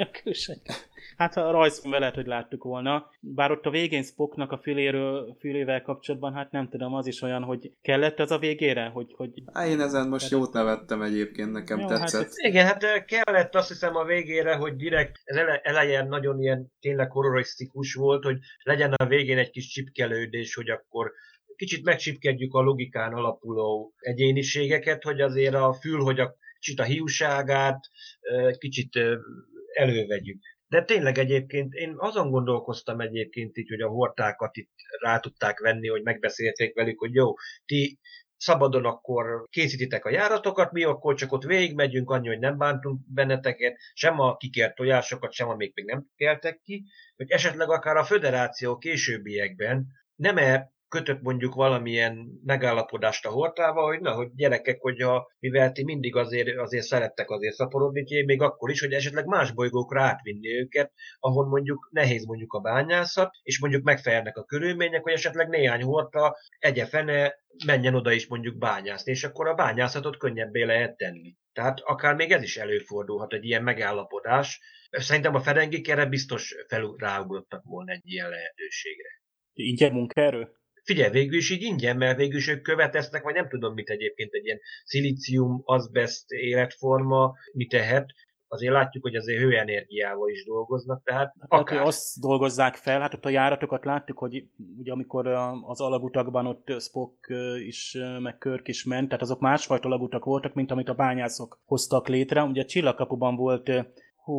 Hát a rajzfilmben lehet, hogy láttuk volna. Bár ott a végén Spocknak a füléről, fülével kapcsolatban, hát nem tudom, az is olyan, hogy kellett ez a végére? Hogy, hogy... Há, én ezen most jót nevettem egyébként, nekem jó, tetszett. Hát, igen, hát kellett azt hiszem a végére, hogy direkt ez elején nagyon ilyen tényleg horrorisztikus volt, hogy legyen a végén egy kis csipkelődés, hogy akkor kicsit megcsipkedjük a logikán alapuló egyéniségeket, hogy azért a fül, hogy a kicsit a hiúságát kicsit elővegyük. De tényleg egyébként én azon gondolkoztam egyébként így, hogy a hortákat itt rá tudták venni, hogy megbeszélték velük, hogy jó, ti szabadon akkor készítitek a járatokat, mi akkor csak ott végigmegyünk, annyi, hogy nem bántunk benneteket, sem a kikért tojásokat, sem amíg még nem keltek ki, hogy esetleg akár a föderáció későbbiekben nem-e kötött mondjuk valamilyen megállapodást a hortával, hogy na, hogy gyerekek, hogyha mivel ti mindig azért, azért szerettek azért szaporodni, még akkor is, hogy esetleg más bolygókra átvinni őket, ahol mondjuk nehéz mondjuk a bányászat, és mondjuk megfelelnek a körülmények, hogy esetleg néhány horta egyefene menjen oda is mondjuk bányászni, és akkor a bányászatot könnyebbé lehet tenni. Tehát akár még ez is előfordulhat, egy ilyen megállapodás. Szerintem a ferengik erre biztos fel ráugrottak volna egy ilyen lehetőségre. Ingyen munkaerő? Figyelj, végül is így ingyen, mert végül is ők követeznek, vagy nem tudom mit egyébként egy ilyen szilícium, azbest életforma mit tehet. Azért látjuk, hogy azért hőenergiával is dolgoznak, tehát akár. Hát, azt dolgozzák fel, hát ott a járatokat láttuk, hogy ugye amikor az alagutakban ott Spock is, meg Kirk is ment, tehát azok másfajta alagutak voltak, mint amit a bányászok hoztak létre. Ugye a Csillagkapuban volt, hú,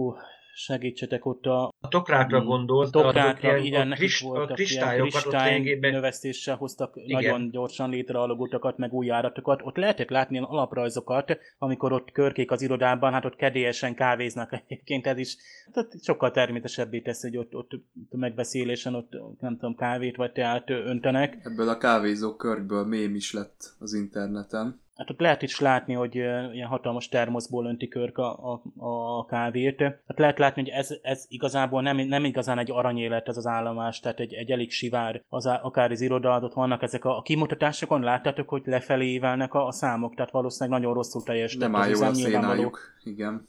segítsetek ott a... A tokrákra gondolsz, a tokrákra, ilyen, igen, a, nekik krist, voltak a kristályokat, ilyen kristály lényegében... növesztéssel hoztak igen. nagyon gyorsan létre alagutakat, meg új járatokat. Ott lehetett látni ilyen alaprajzokat, amikor ott Körkék az irodában, hát ott kedélyesen kávéznak egyébként, ez is tehát sokkal természetesebbé teszi, hogy ott, ott megbeszélésen ott nem tudom, kávét vagy teát öntenek. Ebből a kávézó körkből mém is lett az interneten. Hát ott lehet is látni, hogy uh, ilyen hatalmas termoszból önti Körk a, a, a kávét. Hát lehet látni, hogy ez, ez igazából nem, nem igazán egy aranyélet ez az állomás, tehát egy, egy elég sivár, az, akár az iroda, ott vannak ezek a, a kimutatásokon, láttátok, hogy lefelé ívelnek a, a számok, tehát valószínűleg nagyon rosszul teljesített. Nem áll jól a szénájuk, igen.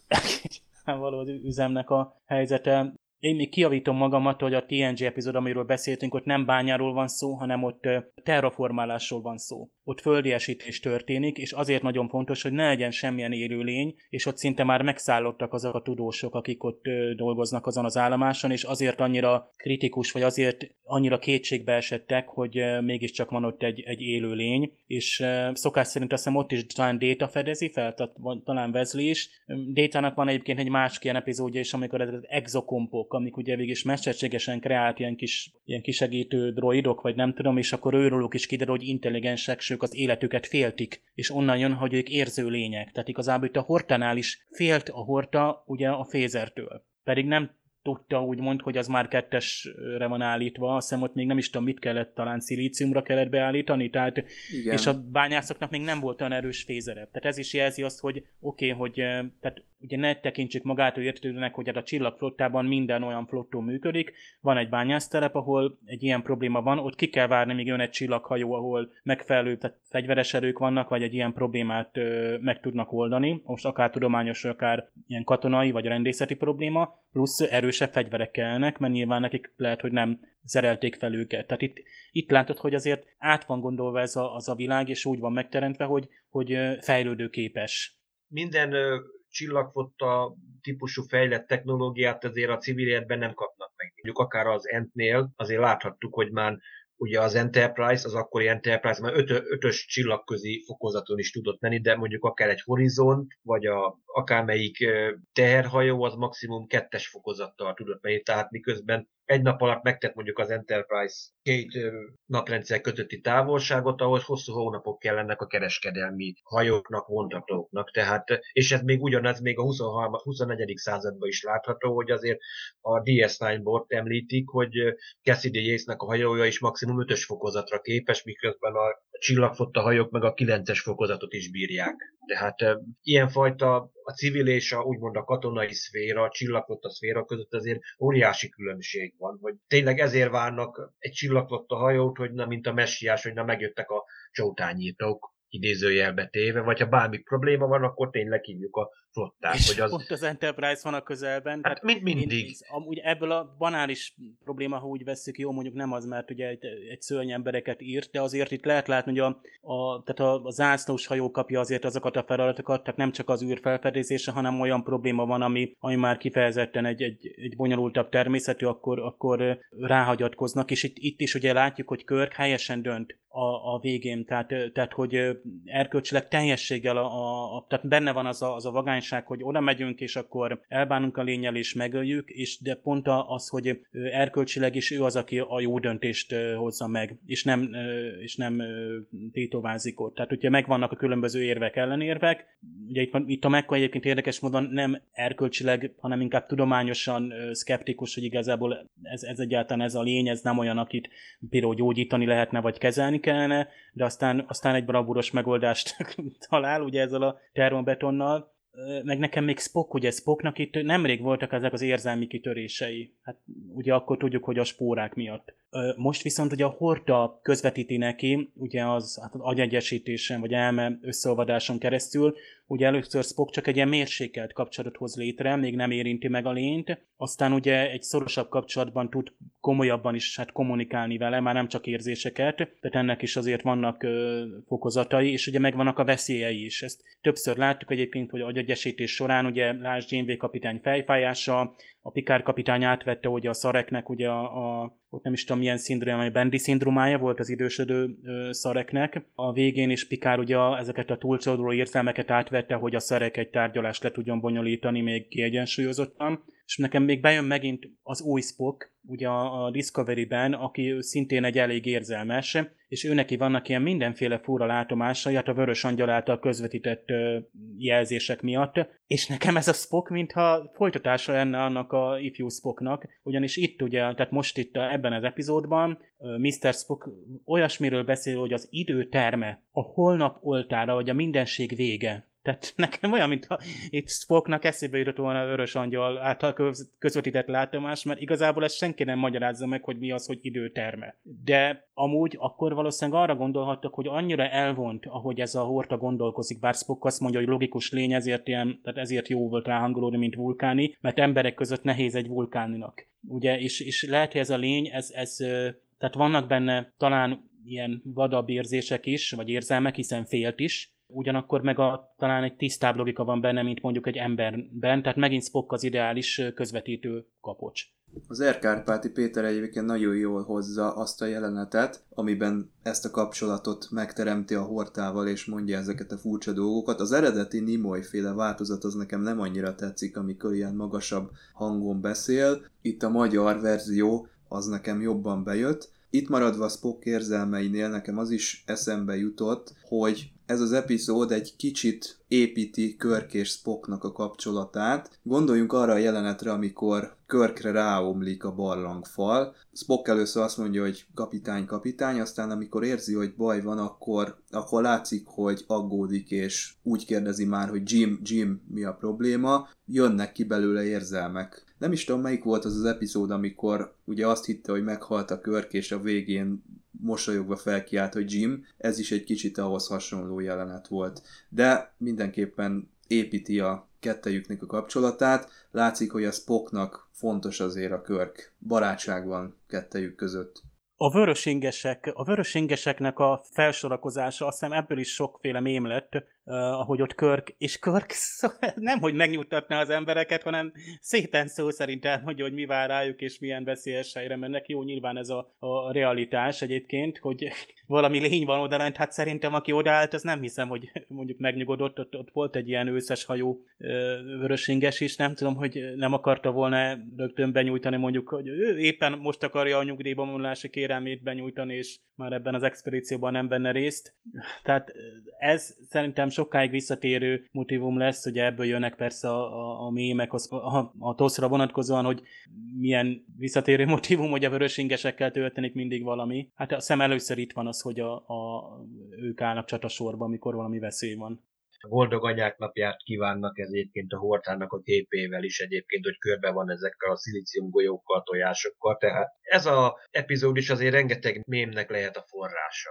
Való az üzemnek a helyzete. Én még kijavítom magamat, hogy a té en gé epizód, amiről beszéltünk, ott nem bányáról van szó, hanem ott terraformálásról van szó. Ott földiesítés történik, és azért nagyon fontos, hogy ne legyen semmilyen élőlény, és ott szinte már megszállottak azok a tudósok, akik ott dolgoznak azon az állomáson, és azért annyira kritikus, vagy azért annyira kétségbe esettek, hogy mégiscsak van ott egy, egy élőlény, és szokás szerint azt hiszem ott is talán Data fedezi fel, tehát talán Wesley is. Data-nak van egyébként egy másik ilyen epizódja is, amikor ez az exokompok, amik ugye végig is mesterségesen kreált ilyen kis ilyen kisegítő droidok, vagy nem tudom, és akkor őróluk is kiderül, hogy intelligensek, ők az életüket féltik, és onnan jön, hogy ők érző lények. Tehát igazából itt a Hortánál is félt a Horta ugye a Phasertől. Pedig nem tudta úgymond, hogy az már kettesre van állítva, azt hiszem ott még nem is tudom mit kellett, talán szilíciumra kellett beállítani, tehát, és a bányászoknak még nem volt olyan erős fézerebb. Tehát ez is jelzi azt, hogy oké, okay, hogy tehát ugye ne tekintsük magától értetődőnek, hogy a csillagflottában minden olyan flottó működik, van egy bányászterep, ahol egy ilyen probléma van, ott ki kell várni, míg jön egy csillaghajó, ahol megfelelő, tehát fegyveres erők vannak, vagy egy ilyen problémát ö, meg tudnak oldani, most akár tudományos, akár ilyen katonai, vagy rendészeti probléma, plusz erősebb fegyverek kellnek, mert nyilván nekik lehet, hogy nem zerelték fel őket. Tehát itt, itt látod, hogy azért át van gondolva ez a, az a világ, és úgy van megteremtve, hogy, hogy fejlődőképes. Minden ö, csillagflotta típusú fejlett technológiát azért a civil életben nem kapnak meg. Mondjuk akár az Entnél azért láthattuk, hogy már ugye az Enterprise, az akkori Enterprise már ötö, ötös csillagközi fokozaton is tudott menni, de mondjuk akár egy Horizont, vagy a, akármelyik teherhajó, az maximum kettes fokozattal tudott menni, tehát miközben egy nap alatt megtett mondjuk az Enterprise két naprendszer közötti távolságot, ahhoz hosszú hónapok kellenek a kereskedelmi hajóknak, vontatóknak. Tehát, és ez még ugyanaz, még a huszonegyedik században is látható, hogy azért a dé es kilencból említik, hogy Cassidy Yates-nek a hajója is maximum ötös fokozatra képes, miközben a csillagflotta hajók meg a kilences fokozatot is bírják. Tehát e, ilyenfajta a civil és a, úgymond a katonai szféra, a csillagflotta szféra között azért óriási különbség van, hogy tényleg ezért várnak egy csillagflotta hajót, hogy na, mint a messiás, hogy na megjöttek a csótányírtók, idézőjelbe téve, vagy ha bármi probléma van, akkor tényleg hívjuk a flottát. És hogy az... pont az Enterprise van a közelben. Hát mind mindig. Én, amúgy ebből a banális probléma, ha úgy vesszük, jó, mondjuk nem az, mert ugye egy, egy szörny embereket írt, de azért itt lehet látni, hogy a, a, tehát a, a zászlós hajó kapja azért azokat a feladatokat, tehát nem csak az űr felfedezése, hanem olyan probléma van, ami, ami már kifejezetten egy, egy, egy bonyolultabb természetű, akkor, akkor ráhagyatkoznak, és itt, itt is ugye látjuk, hogy Kirk helyesen dönt a, a végén, tehát, tehát hogy erkölcsileg teljességgel, a, a, a, tehát benne van az a, az a vagányság, hogy oda megyünk, és akkor elbánunk a lénnyel, és megöljük, és de pont az, hogy erkölcsileg is ő az, aki a jó döntést hozza meg, és nem, és nem tétovázik ott. Tehát ugye megvannak a különböző érvek, ellenérvek. Ugye itt, itt a McCoy egyébként érdekes módon nem erkölcsileg, hanem inkább tudományosan szkeptikus, hogy igazából ez, ez egyáltalán ez a lény, ez nem olyan, akit például gyógyítani lehetne, vagy kezelni kellene, de aztán, aztán egy bravúros megoldást talál, ugye ezzel a termobetonnal. Meg nekem még Spock, ugye Spocknak itt nemrég voltak ezek az érzelmi kitörései. Hát ugye akkor tudjuk, hogy a spórák miatt. Most viszont ugye a Horta közvetíti neki, ugye az, hát az agyegyesítésen, vagy elme összeolvadáson keresztül, ugye először Spock csak egy ilyen mérsékelt kapcsolatot hoz létre, még nem érinti meg a lényt, aztán ugye egy szorosabb kapcsolatban tud komolyabban is hát kommunikálni vele, már nem csak érzéseket, tehát ennek is azért vannak ö, fokozatai, és ugye megvannak a veszélyei is. Ezt többször láttuk egyébként, hogy agyegyesítés során, ugye lásd Janeway kapitány fejfájása, a Picard kapitány átvette ugye a Szareknek, ugye a, a ott nem is tudom milyen szindróma, Bendi szindrómája volt az idősödő ö, Szareknek. A végén is Picard ugye ezeket a túlcsodoló érzelmeket átvette, hogy a Szarek egy tárgyalást le tudjon bonyolítani még kiegyensúlyozottan. És nekem még bejön megint az új Spock, ugye a Discovery-ben, aki szintén egy elég érzelmes, és ő neki vannak ilyen mindenféle fura látomásai, hát a Vörös Angyal által közvetített jelzések miatt, és nekem ez a Spock, mintha folytatása lenne annak a ifjú Spocknak, ugyanis itt ugye, tehát most itt ebben az epizódban miszter Spock olyasmiről beszél, hogy az idő terme, a holnap oltára, vagy a mindenség vége. Tehát nekem olyan, mintha itt Spocknak eszébe jutott volna a Vörös Angyal által közvetített látomás, mert igazából ezt senki nem magyarázza meg, hogy mi az, hogy időterme. De amúgy akkor valószínűleg arra gondolhattak, hogy annyira elvont, ahogy ez a Horta gondolkozik, bár Spock azt mondja, hogy logikus lény, ezért, ilyen, tehát ezért jó volt ráhangolódni, mint vulkáni, mert emberek között nehéz egy vulkáninak. Ugye, és, és lehet, hogy ez a lény, ez, ez, tehát vannak benne talán ilyen vadabb érzések is, vagy érzelmek, hiszen félt is, ugyanakkor meg a, talán egy tisztább logika van benne, mint mondjuk egy emberben, tehát megint Spock az ideális közvetítő kapocs. Az Erkárpáti Péter egyébként nagyon jól hozza azt a jelenetet, amiben ezt a kapcsolatot megteremti a Hortával, és mondja ezeket a furcsa dolgokat. Az eredeti Nimoy-féle változat az nekem nem annyira tetszik, amikor ilyen magasabb hangon beszél. Itt a magyar verzió az nekem jobban bejött. Itt maradva a Spock érzelmeinél nekem az is eszembe jutott, hogy ez az epizód egy kicsit építi Kirk és Spocknak a kapcsolatát. Gondoljunk arra a jelenetre, amikor Kirkre ráomlik a barlangfal. Spock először azt mondja, hogy kapitány, kapitány, aztán amikor érzi, hogy baj van, akkor, akkor látszik, hogy aggódik, és úgy kérdezi már, hogy Jim, Jim, mi a probléma. Jönnek ki belőle érzelmek. Nem is tudom, melyik volt az az epizód, amikor ugye azt hitte, hogy meghalt a Kirk, és a végén mosolyogva felkiált, hogy Jim. Ez is egy kicsit ahhoz hasonló jelenet volt. De mindenképpen építi a kettejüknek a kapcsolatát. Látszik, hogy a Spocknak fontos azért a Kirk. Barátság van kettejük között. A vörösingesek, a vörösingeseknek a felsorakozása, azt hiszem ebből is sokféle mém lett, uh, ahogy ott Kirk, és Kirk nem, hogy megnyugtatná az embereket, hanem szépen szó szerint elmondja, hogy mi vár rájuk, és milyen veszélyes helyre mennek. Jó, nyilván ez a, a realitás egyébként, hogy valami lény van odalent, hát szerintem aki odaállt, az nem hiszem, hogy mondjuk megnyugodott, ott, ott volt egy ilyen őszes hajú uh, vörösinges is, nem tudom, hogy nem akarta volna rögtön benyújtani, mondjuk, hogy ő éppen most akarja a nyugdíjba vonulási kérelmét benyújtani, és már ebben az expedícióban nem venne részt. Tehát ez szerintem sokáig visszatérő motivum lesz, ugye ebből jönnek persze a, a, a mémek, a, a, a toszra vonatkozóan, hogy milyen visszatérő motivum, hogy a vörösingesekkel történik mindig valami. Hát a szem először itt van az, hogy a, a, ők állnak csatasorba, amikor valami veszély van. Boldog anyák napját kívánnak egyébként a Hortának a képével is egyébként, hogy körbe van ezekkel a szilícium golyókkal, tojásokkal, tehát ez az epizód is azért rengeteg mémnek lehet a forrása.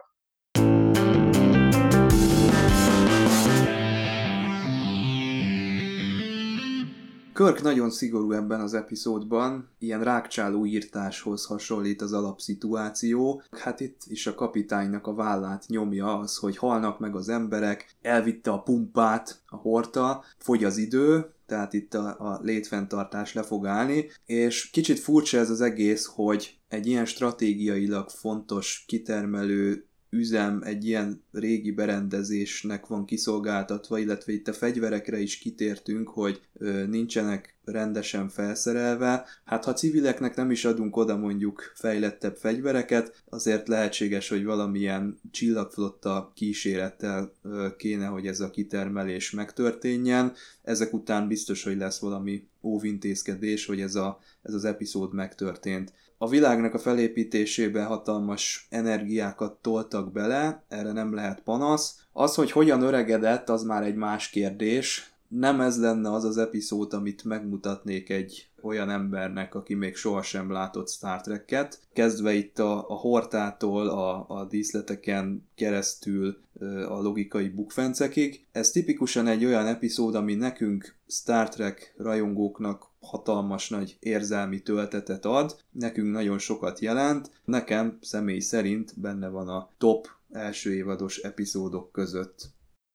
Kirk nagyon szigorú ebben az epizódban, ilyen rákcsáló írtáshoz hasonlít az alapszituáció. Hát itt is a kapitánynak a vállát nyomja az, hogy halnak meg az emberek, elvitte a pumpát a Horta, fogy az idő, tehát itt a, a létfenntartás le fog állni, és kicsit furcsa ez az egész, hogy egy ilyen stratégiailag fontos kitermelő üzem egy ilyen régi berendezésnek van kiszolgáltatva, illetve itt a fegyverekre is kitértünk, hogy ö, nincsenek rendesen felszerelve. Hát ha civileknek nem is adunk oda mondjuk fejlettebb fegyvereket, azért lehetséges, hogy valamilyen csillagflotta kísérettel ö, kéne, hogy ez a kitermelés megtörténjen. Ezek után biztos, hogy lesz valami óvintézkedés, hogy ez, a, ez az epizód megtörtént. A világnak a felépítésében hatalmas energiákat toltak bele, erre nem lehet panasz. Az, hogy hogyan öregedett, az már egy más kérdés. Nem ez lenne az az epizód, amit megmutatnék egy olyan embernek, aki még sohasem látott Star Trek-et. Kezdve itt a, a Hortától, a, a díszleteken keresztül a logikai bukfencekig. Ez tipikusan egy olyan epizód, ami nekünk Star Trek rajongóknak hatalmas nagy érzelmi töltetet ad, nekünk nagyon sokat jelent, nekem személy szerint benne van a top első évados epizódok között.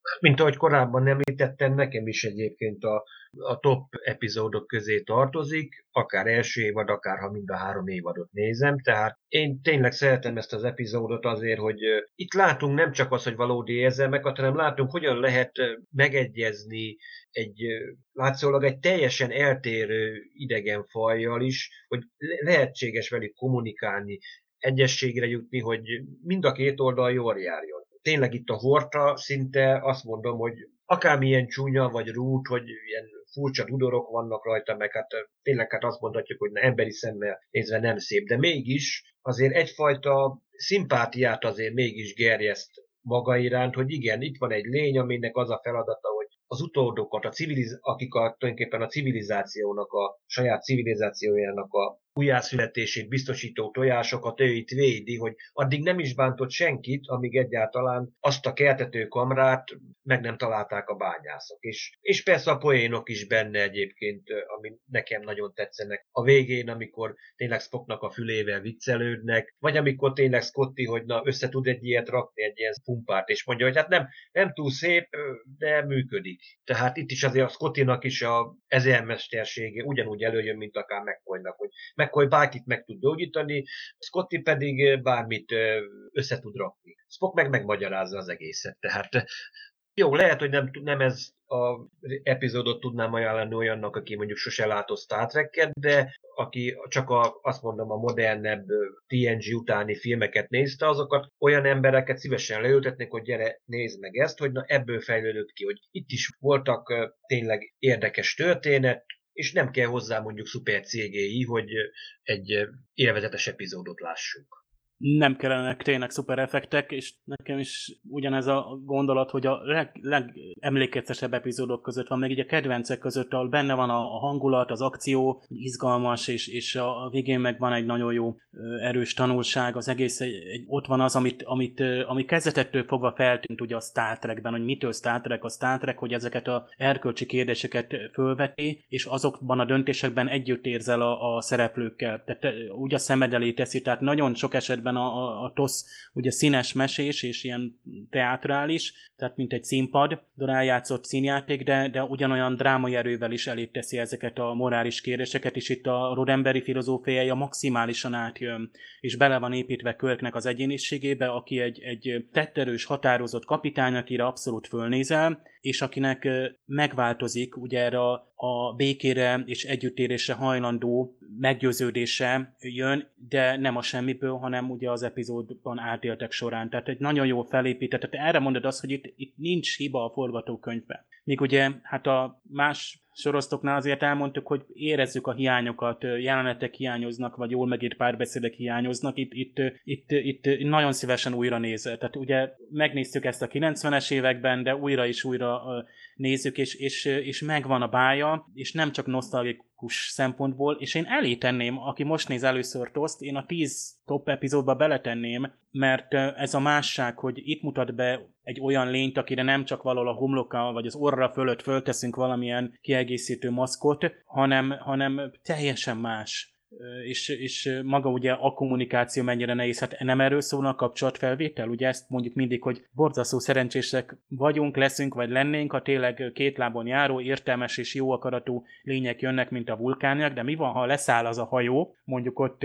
Mint ahogy korábban említettem, nekem is egyébként a, a top epizódok közé tartozik, akár első évad, akár ha mind a három évadot nézem, tehát én tényleg szeretem ezt az epizódot azért, hogy itt látunk nem csak az, hogy valódi érzelmeket, hanem látunk, hogyan lehet megegyezni egy látszólag egy teljesen eltérő idegen fajjal is, hogy lehetséges velük kommunikálni, egyességre jutni, hogy mind a két oldal jól járjon. Tényleg itt a Horta szinte azt mondom, hogy akármilyen csúnya vagy rút, hogy ilyen furcsa dudorok vannak rajta, meg hát tényleg hát azt mondhatjuk, hogy emberi szemmel nézve nem szép, de mégis azért egyfajta szimpátiát azért mégis gerjeszt maga iránt, hogy igen, itt van egy lény, aminek az a feladata, hogy az utódokat, a civiliz- akik a, tulajdonképpen a civilizációnak, a saját civilizációjának a újjászületését biztosító tojásokat ő itt védi, hogy addig nem is bántott senkit, amíg egyáltalán azt a keltető kamrát meg nem találták a bányászok. És, és persze a poénok is benne egyébként, ami nekem nagyon tetszenek. A végén, amikor tényleg Spocknak a fülével viccelődnek, vagy amikor tényleg Scotty, hogy na össze tud egy ilyet rakni, egy ilyen pumpát, és mondja, hogy hát nem, nem túl szép, de működik. Tehát itt is azért a Scottynak is a ezermestersége ugyanúgy előjön, mint akár McCoynak, hogy McCoy bárkit meg tud gyógyítani, Scotty pedig bármit össze tud rakni. Spock meg megmagyarázza az egészet. Tehát jó, lehet, hogy nem, nem ez az epizódot tudnám ajánlani olyannak, aki mondjuk sose látott Star Trek-et, de aki csak a, azt mondom, a modernebb té en gé utáni filmeket nézte, azokat olyan embereket szívesen leültetnék, hogy gyere, nézd meg ezt, hogy na ebből fejlődött ki, hogy itt is voltak tényleg érdekes történet, és nem kell hozzá mondjuk szuper cé gé í, hogy egy élvezetes epizódot lássunk. Nem kellenek tényleg szuper effektek, és nekem is ugyanez a gondolat, hogy a legemlékezetesebb leg epizódok között van, meg így a kedvencek között, ahol benne van a, a hangulat, az akció, izgalmas, és, és a végén meg van egy nagyon jó, erős tanulság, az egész, egy, egy, ott van az, amit, amit, ami kezdetettől fogva feltűnt ugye a Star Trekben, hogy mitől Star Trek a Star Trek, hogy ezeket az erkölcsi kérdéseket fölveti, és azokban a döntésekben együtt érzel a, a szereplőkkel. Tehát úgy a szemed elé teszi, tehát nagyon sok esetben A, a, a TOSZ ugye színes mesés és ilyen teátrális, tehát mint egy színpad, rájátszott színjáték, de, de ugyanolyan drámai erővel is elé teszi ezeket a morális kérdéseket, és itt a Roddenberry filozófiája maximálisan átjön, és bele van építve Kirknek az egyéniségébe, aki egy, egy tetterős, határozott kapitány, akire abszolút fölnézel, és akinek megváltozik ugye erre a, a békére és együttérésre hajlandó meggyőződése jön, de nem a semmiből, hanem ugye az epizódban átéltek során. Tehát egy nagyon jól felépített, tehát erre mondod azt, hogy itt, itt nincs hiba a forgatókönyvben. Míg ugye hát a más sorosztoknál azért elmondtuk, hogy érezzük a hiányokat, jelenetek hiányoznak, vagy jól megírt párbeszédek hiányoznak, itt, itt, itt, itt nagyon szívesen újra nézel. Tehát ugye megnéztük ezt a kilencvenes években, de újra és újra nézzük, és, és, és megvan a bája, és nem csak nosztalgikus szempontból, és én elé tenném, aki most néz először TOSzt, én a tíz top epizódba beletenném, mert ez a másság, hogy itt mutat be egy olyan lényt, akire nem csak valahol a homloka vagy az orra fölött fölteszünk valamilyen kiegészítő maszkot, hanem, hanem teljesen más. És, és maga ugye a kommunikáció mennyire nehéz, hát nem erről szólna a kapcsolatfelvétel, ugye ezt mondjuk mindig, hogy borzasztó szerencsések vagyunk, leszünk, vagy lennénk, ha tényleg két lábon járó, értelmes és jó akaratú lények jönnek, mint a vulkániak, de mi van, ha leszáll az a hajó, mondjuk ott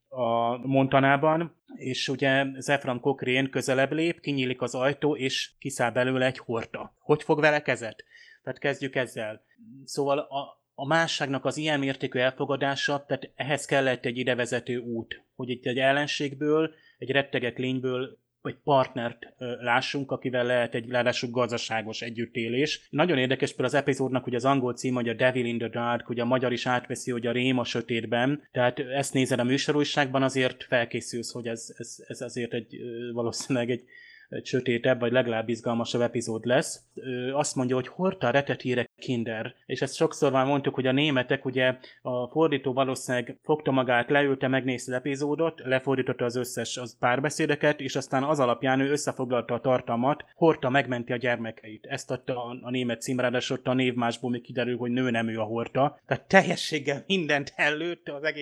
a Montanában, és ugye Zefram Cochrane közelebb lép, kinyílik az ajtó, és kiszáll belőle egy horta. Hogy fog vele kezet? Tehát kezdjük ezzel. Szóval a A másságnak az ilyen mértékű elfogadása, tehát ehhez kellett egy idevezető út, hogy itt egy ellenségből, egy rettegett lényből egy partnert lássunk, akivel lehet egy ráadásul gazdaságos együttélés. Nagyon érdekes például az epizódnak, hogy az angol cím, hogy a Devil in the Dark, hogy a magyar is átveszi, hogy a rém a sötétben. Tehát ezt nézed a műsorújságban, azért felkészülsz, hogy ez, ez, ez azért egy valószínűleg egy egy sötétebb, vagy legalább izgalmasabb epizód lesz. Ö, azt mondja, hogy Horta retet híre Kinder, és ezt sokszor már mondtuk, hogy a németek, ugye a fordító valószínűleg fogta magát, leülte, megnézte az epizódot, lefordította az összes az párbeszédeket, és aztán az alapján ő összefoglalta a tartalmat, Horta megmenti a gyermekeit. Ezt adta a, a német cím, ráadásul a névmásból még kiderül, hogy nő nem ő a Horta. Tehát teljességgel mindent előtt, az egész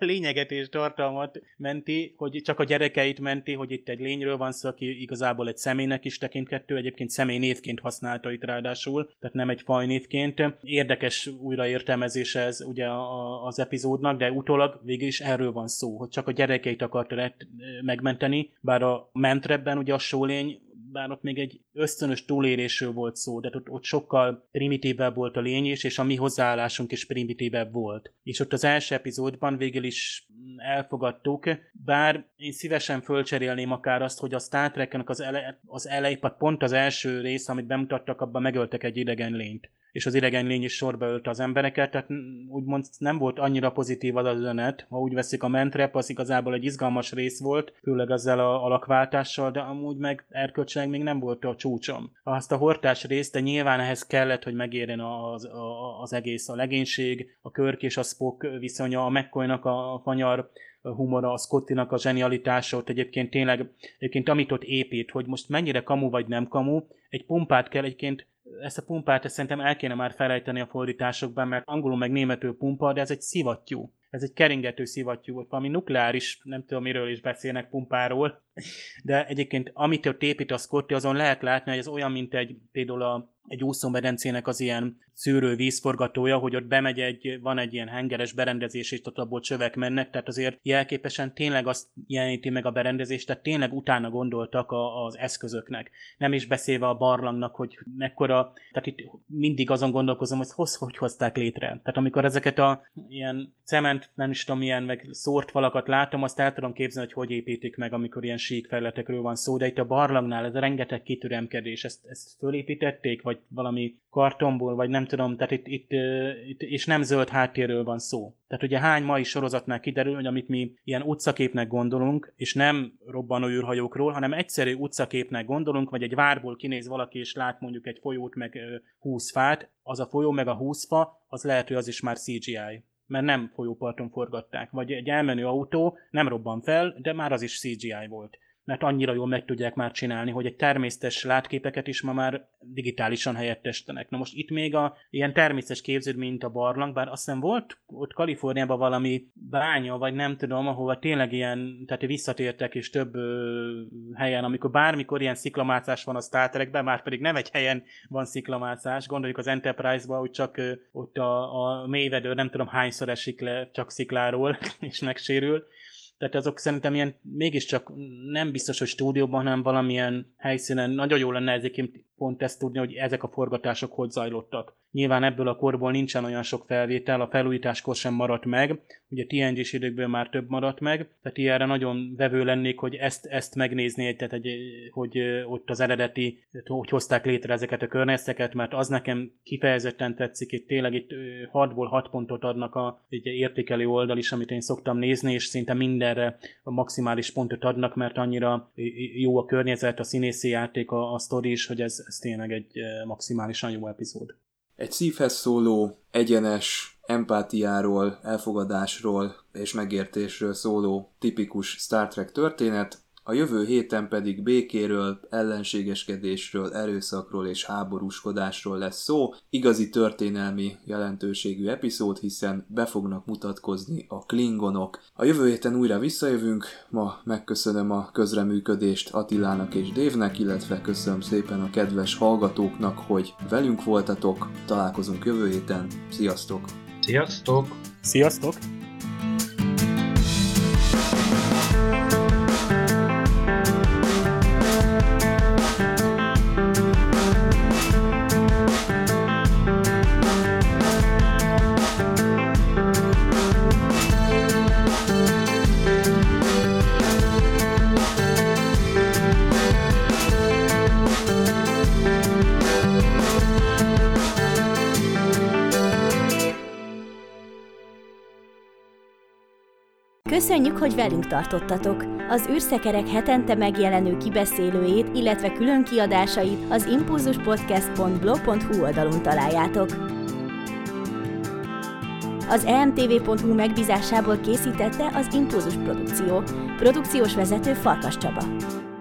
lényeget és tartalmat menti, hogy csak a gyerekeit menti, hogy itt egy lényről van szó, aki igazából egy személynek is tekinthető, egyébként személynévként használta itt ráadásul, tehát nem egy fajnévként. Érdekes újraértelmezése ez ugye az epizódnak, de utólag végül is erről van szó, hogy csak a gyerekeit akarta megmenteni, bár a mentrepben ugye a sólény, bár ott még egy ösztönös túlélésről volt szó, de ott, ott sokkal primitívebb volt a lény is, és a mi hozzáállásunk is primitívebb volt. És ott az első epizódban végül is elfogadtuk, bár én szívesen fölcserélném akár azt, hogy a Star Treknek az, ele, az elej, pont az első rész, amit bemutattak, abban megöltek egy idegen lényt. És az idegen lény is sorba ölte az embereket, tehát úgymond nem volt annyira pozitív az üzenet. Ha úgy veszik, a mentrep, az igazából egy izgalmas rész volt, főleg ezzel a alakváltással, de amúgy meg erkölcsileg még nem volt a csúcson. Azt a hortás részt, de nyilván ehhez kellett, hogy megérjen az, az egész, a legénység, a Kirk és a Spock viszonya, a McCoy-nak a fanyar humora, a Scotty-nak a zsenialitása, ott egyébként tényleg, egyébként amit ott épít, hogy most mennyire kamu vagy nem kamu, egy pumpát kell egyébként. Ezt a pumpát ezt szerintem el kéne már felejteni a fordításokban, mert angolul meg németül pumpa, de ez egy szivattyú. Ez egy keringető szivattyú volt, valami nukleáris, nem tudom miről is beszélnek pumpáról, de egyébként amit ott épít a Scotty, azon lehet látni, hogy ez olyan, mint egy például a, egy úszómedencének az ilyen szűrő vízforgatója, hogy ott bemegy egy, van egy ilyen hengeres berendezés, és ott abból csövek mennek, tehát azért jelképesen tényleg azt jeleníti meg a berendezést, tehát tényleg utána gondoltak a, az eszközöknek. Nem is beszélve a barlangnak, hogy mekkora, tehát itt mindig azon gondolkozom, hogy hoz, hogy hozták létre. Tehát amikor ezeket a ilyen cement, nem is tudom milyen, meg szórt falakat látom, azt el tudom képzelni, hogy hogy építik meg, amikor ilyen sík felületekről van szó, de itt a barlangnál ez rengeteg kitüremkedés, ezt, ezt fölépítették, vagy valami kartonból, vagy nem tudom, tehát itt, itt, itt, és nem zöld háttérről van szó. Tehát ugye hány mai sorozatnál kiderül, hogy amit mi ilyen utcaképnek gondolunk, és nem robbanó űrhajókról, hanem egyszerű utcaképnek gondolunk, vagy egy várból kinéz valaki, és lát mondjuk egy folyót, meg húsz fát, az a folyó, meg a húsz fa, az lehet, hogy az is már cé gé í. Mert nem folyóparton forgatták. Vagy egy elmenő autó nem robban fel, de már az is cé gé í volt. Mert annyira jól meg tudják már csinálni, hogy egy természetes látképeket is ma már digitálisan helyettesítenek. Na most itt még a ilyen természetes képződmény, mint a barlang, bár azt hiszem volt ott Kaliforniában valami bánya, vagy nem tudom, ahova tényleg ilyen, tehát visszatértek is több ö, helyen, amikor bármikor ilyen sziklamászás van a Star Trekben, már pedig nem egy helyen van sziklamászás, gondoljuk az Enterprise-ba, hogy csak ö, ott a, a mélyvedő nem tudom hányszor esik le csak szikláról, és megsérül. Tehát azok szerintem ilyen mégiscsak nem biztos, hogy stúdióban, hanem valamilyen helyszínen nagyon jó lenne ezért pont ezt tudni, hogy ezek a forgatások hogy zajlottak. Nyilván ebből a korból nincsen olyan sok felvétel, a felújításkor sem maradt meg, ugye té en gés időkből már több maradt meg, tehát ilyenre nagyon vevő lennék, hogy ezt, ezt megnézni, tehát egy, hogy ott az eredeti, hogy hozták létre ezeket a környezeteket, mert az nekem kifejezetten tetszik, itt tényleg itt hatból hat pontot adnak a egy értékelő oldal is, amit én szoktam nézni, és szinte mindenre a maximális pontot adnak, mert annyira jó a környezet, a színészi játék, a, a sztori is, hogy ez, ez tényleg egy maximálisan jó epizód. Egy szívhez szóló, egyenes, empátiáról, elfogadásról és megértésről szóló tipikus Star Trek történet, a jövő héten pedig békéről, ellenségeskedésről, erőszakról és háborúskodásról lesz szó. Igazi történelmi jelentőségű epizód, hiszen be fognak mutatkozni a klingonok. A jövő héten újra visszajövünk, ma megköszönöm a közreműködést Attilának és Dévnek, illetve köszönöm szépen a kedves hallgatóknak, hogy velünk voltatok. Találkozunk jövő héten. Sziasztok! Sziasztok! Sziasztok! Köszönjük, hogy velünk tartottatok! Az űrszekerek hetente megjelenő kibeszélőjét, illetve külön kiadásait az impulzuspodcast pont blog pont hu oldalon találjátok. Az e em té vé pont hu megbízásából készítette az Impulzus Produkció. Produkciós vezető Farkas Csaba.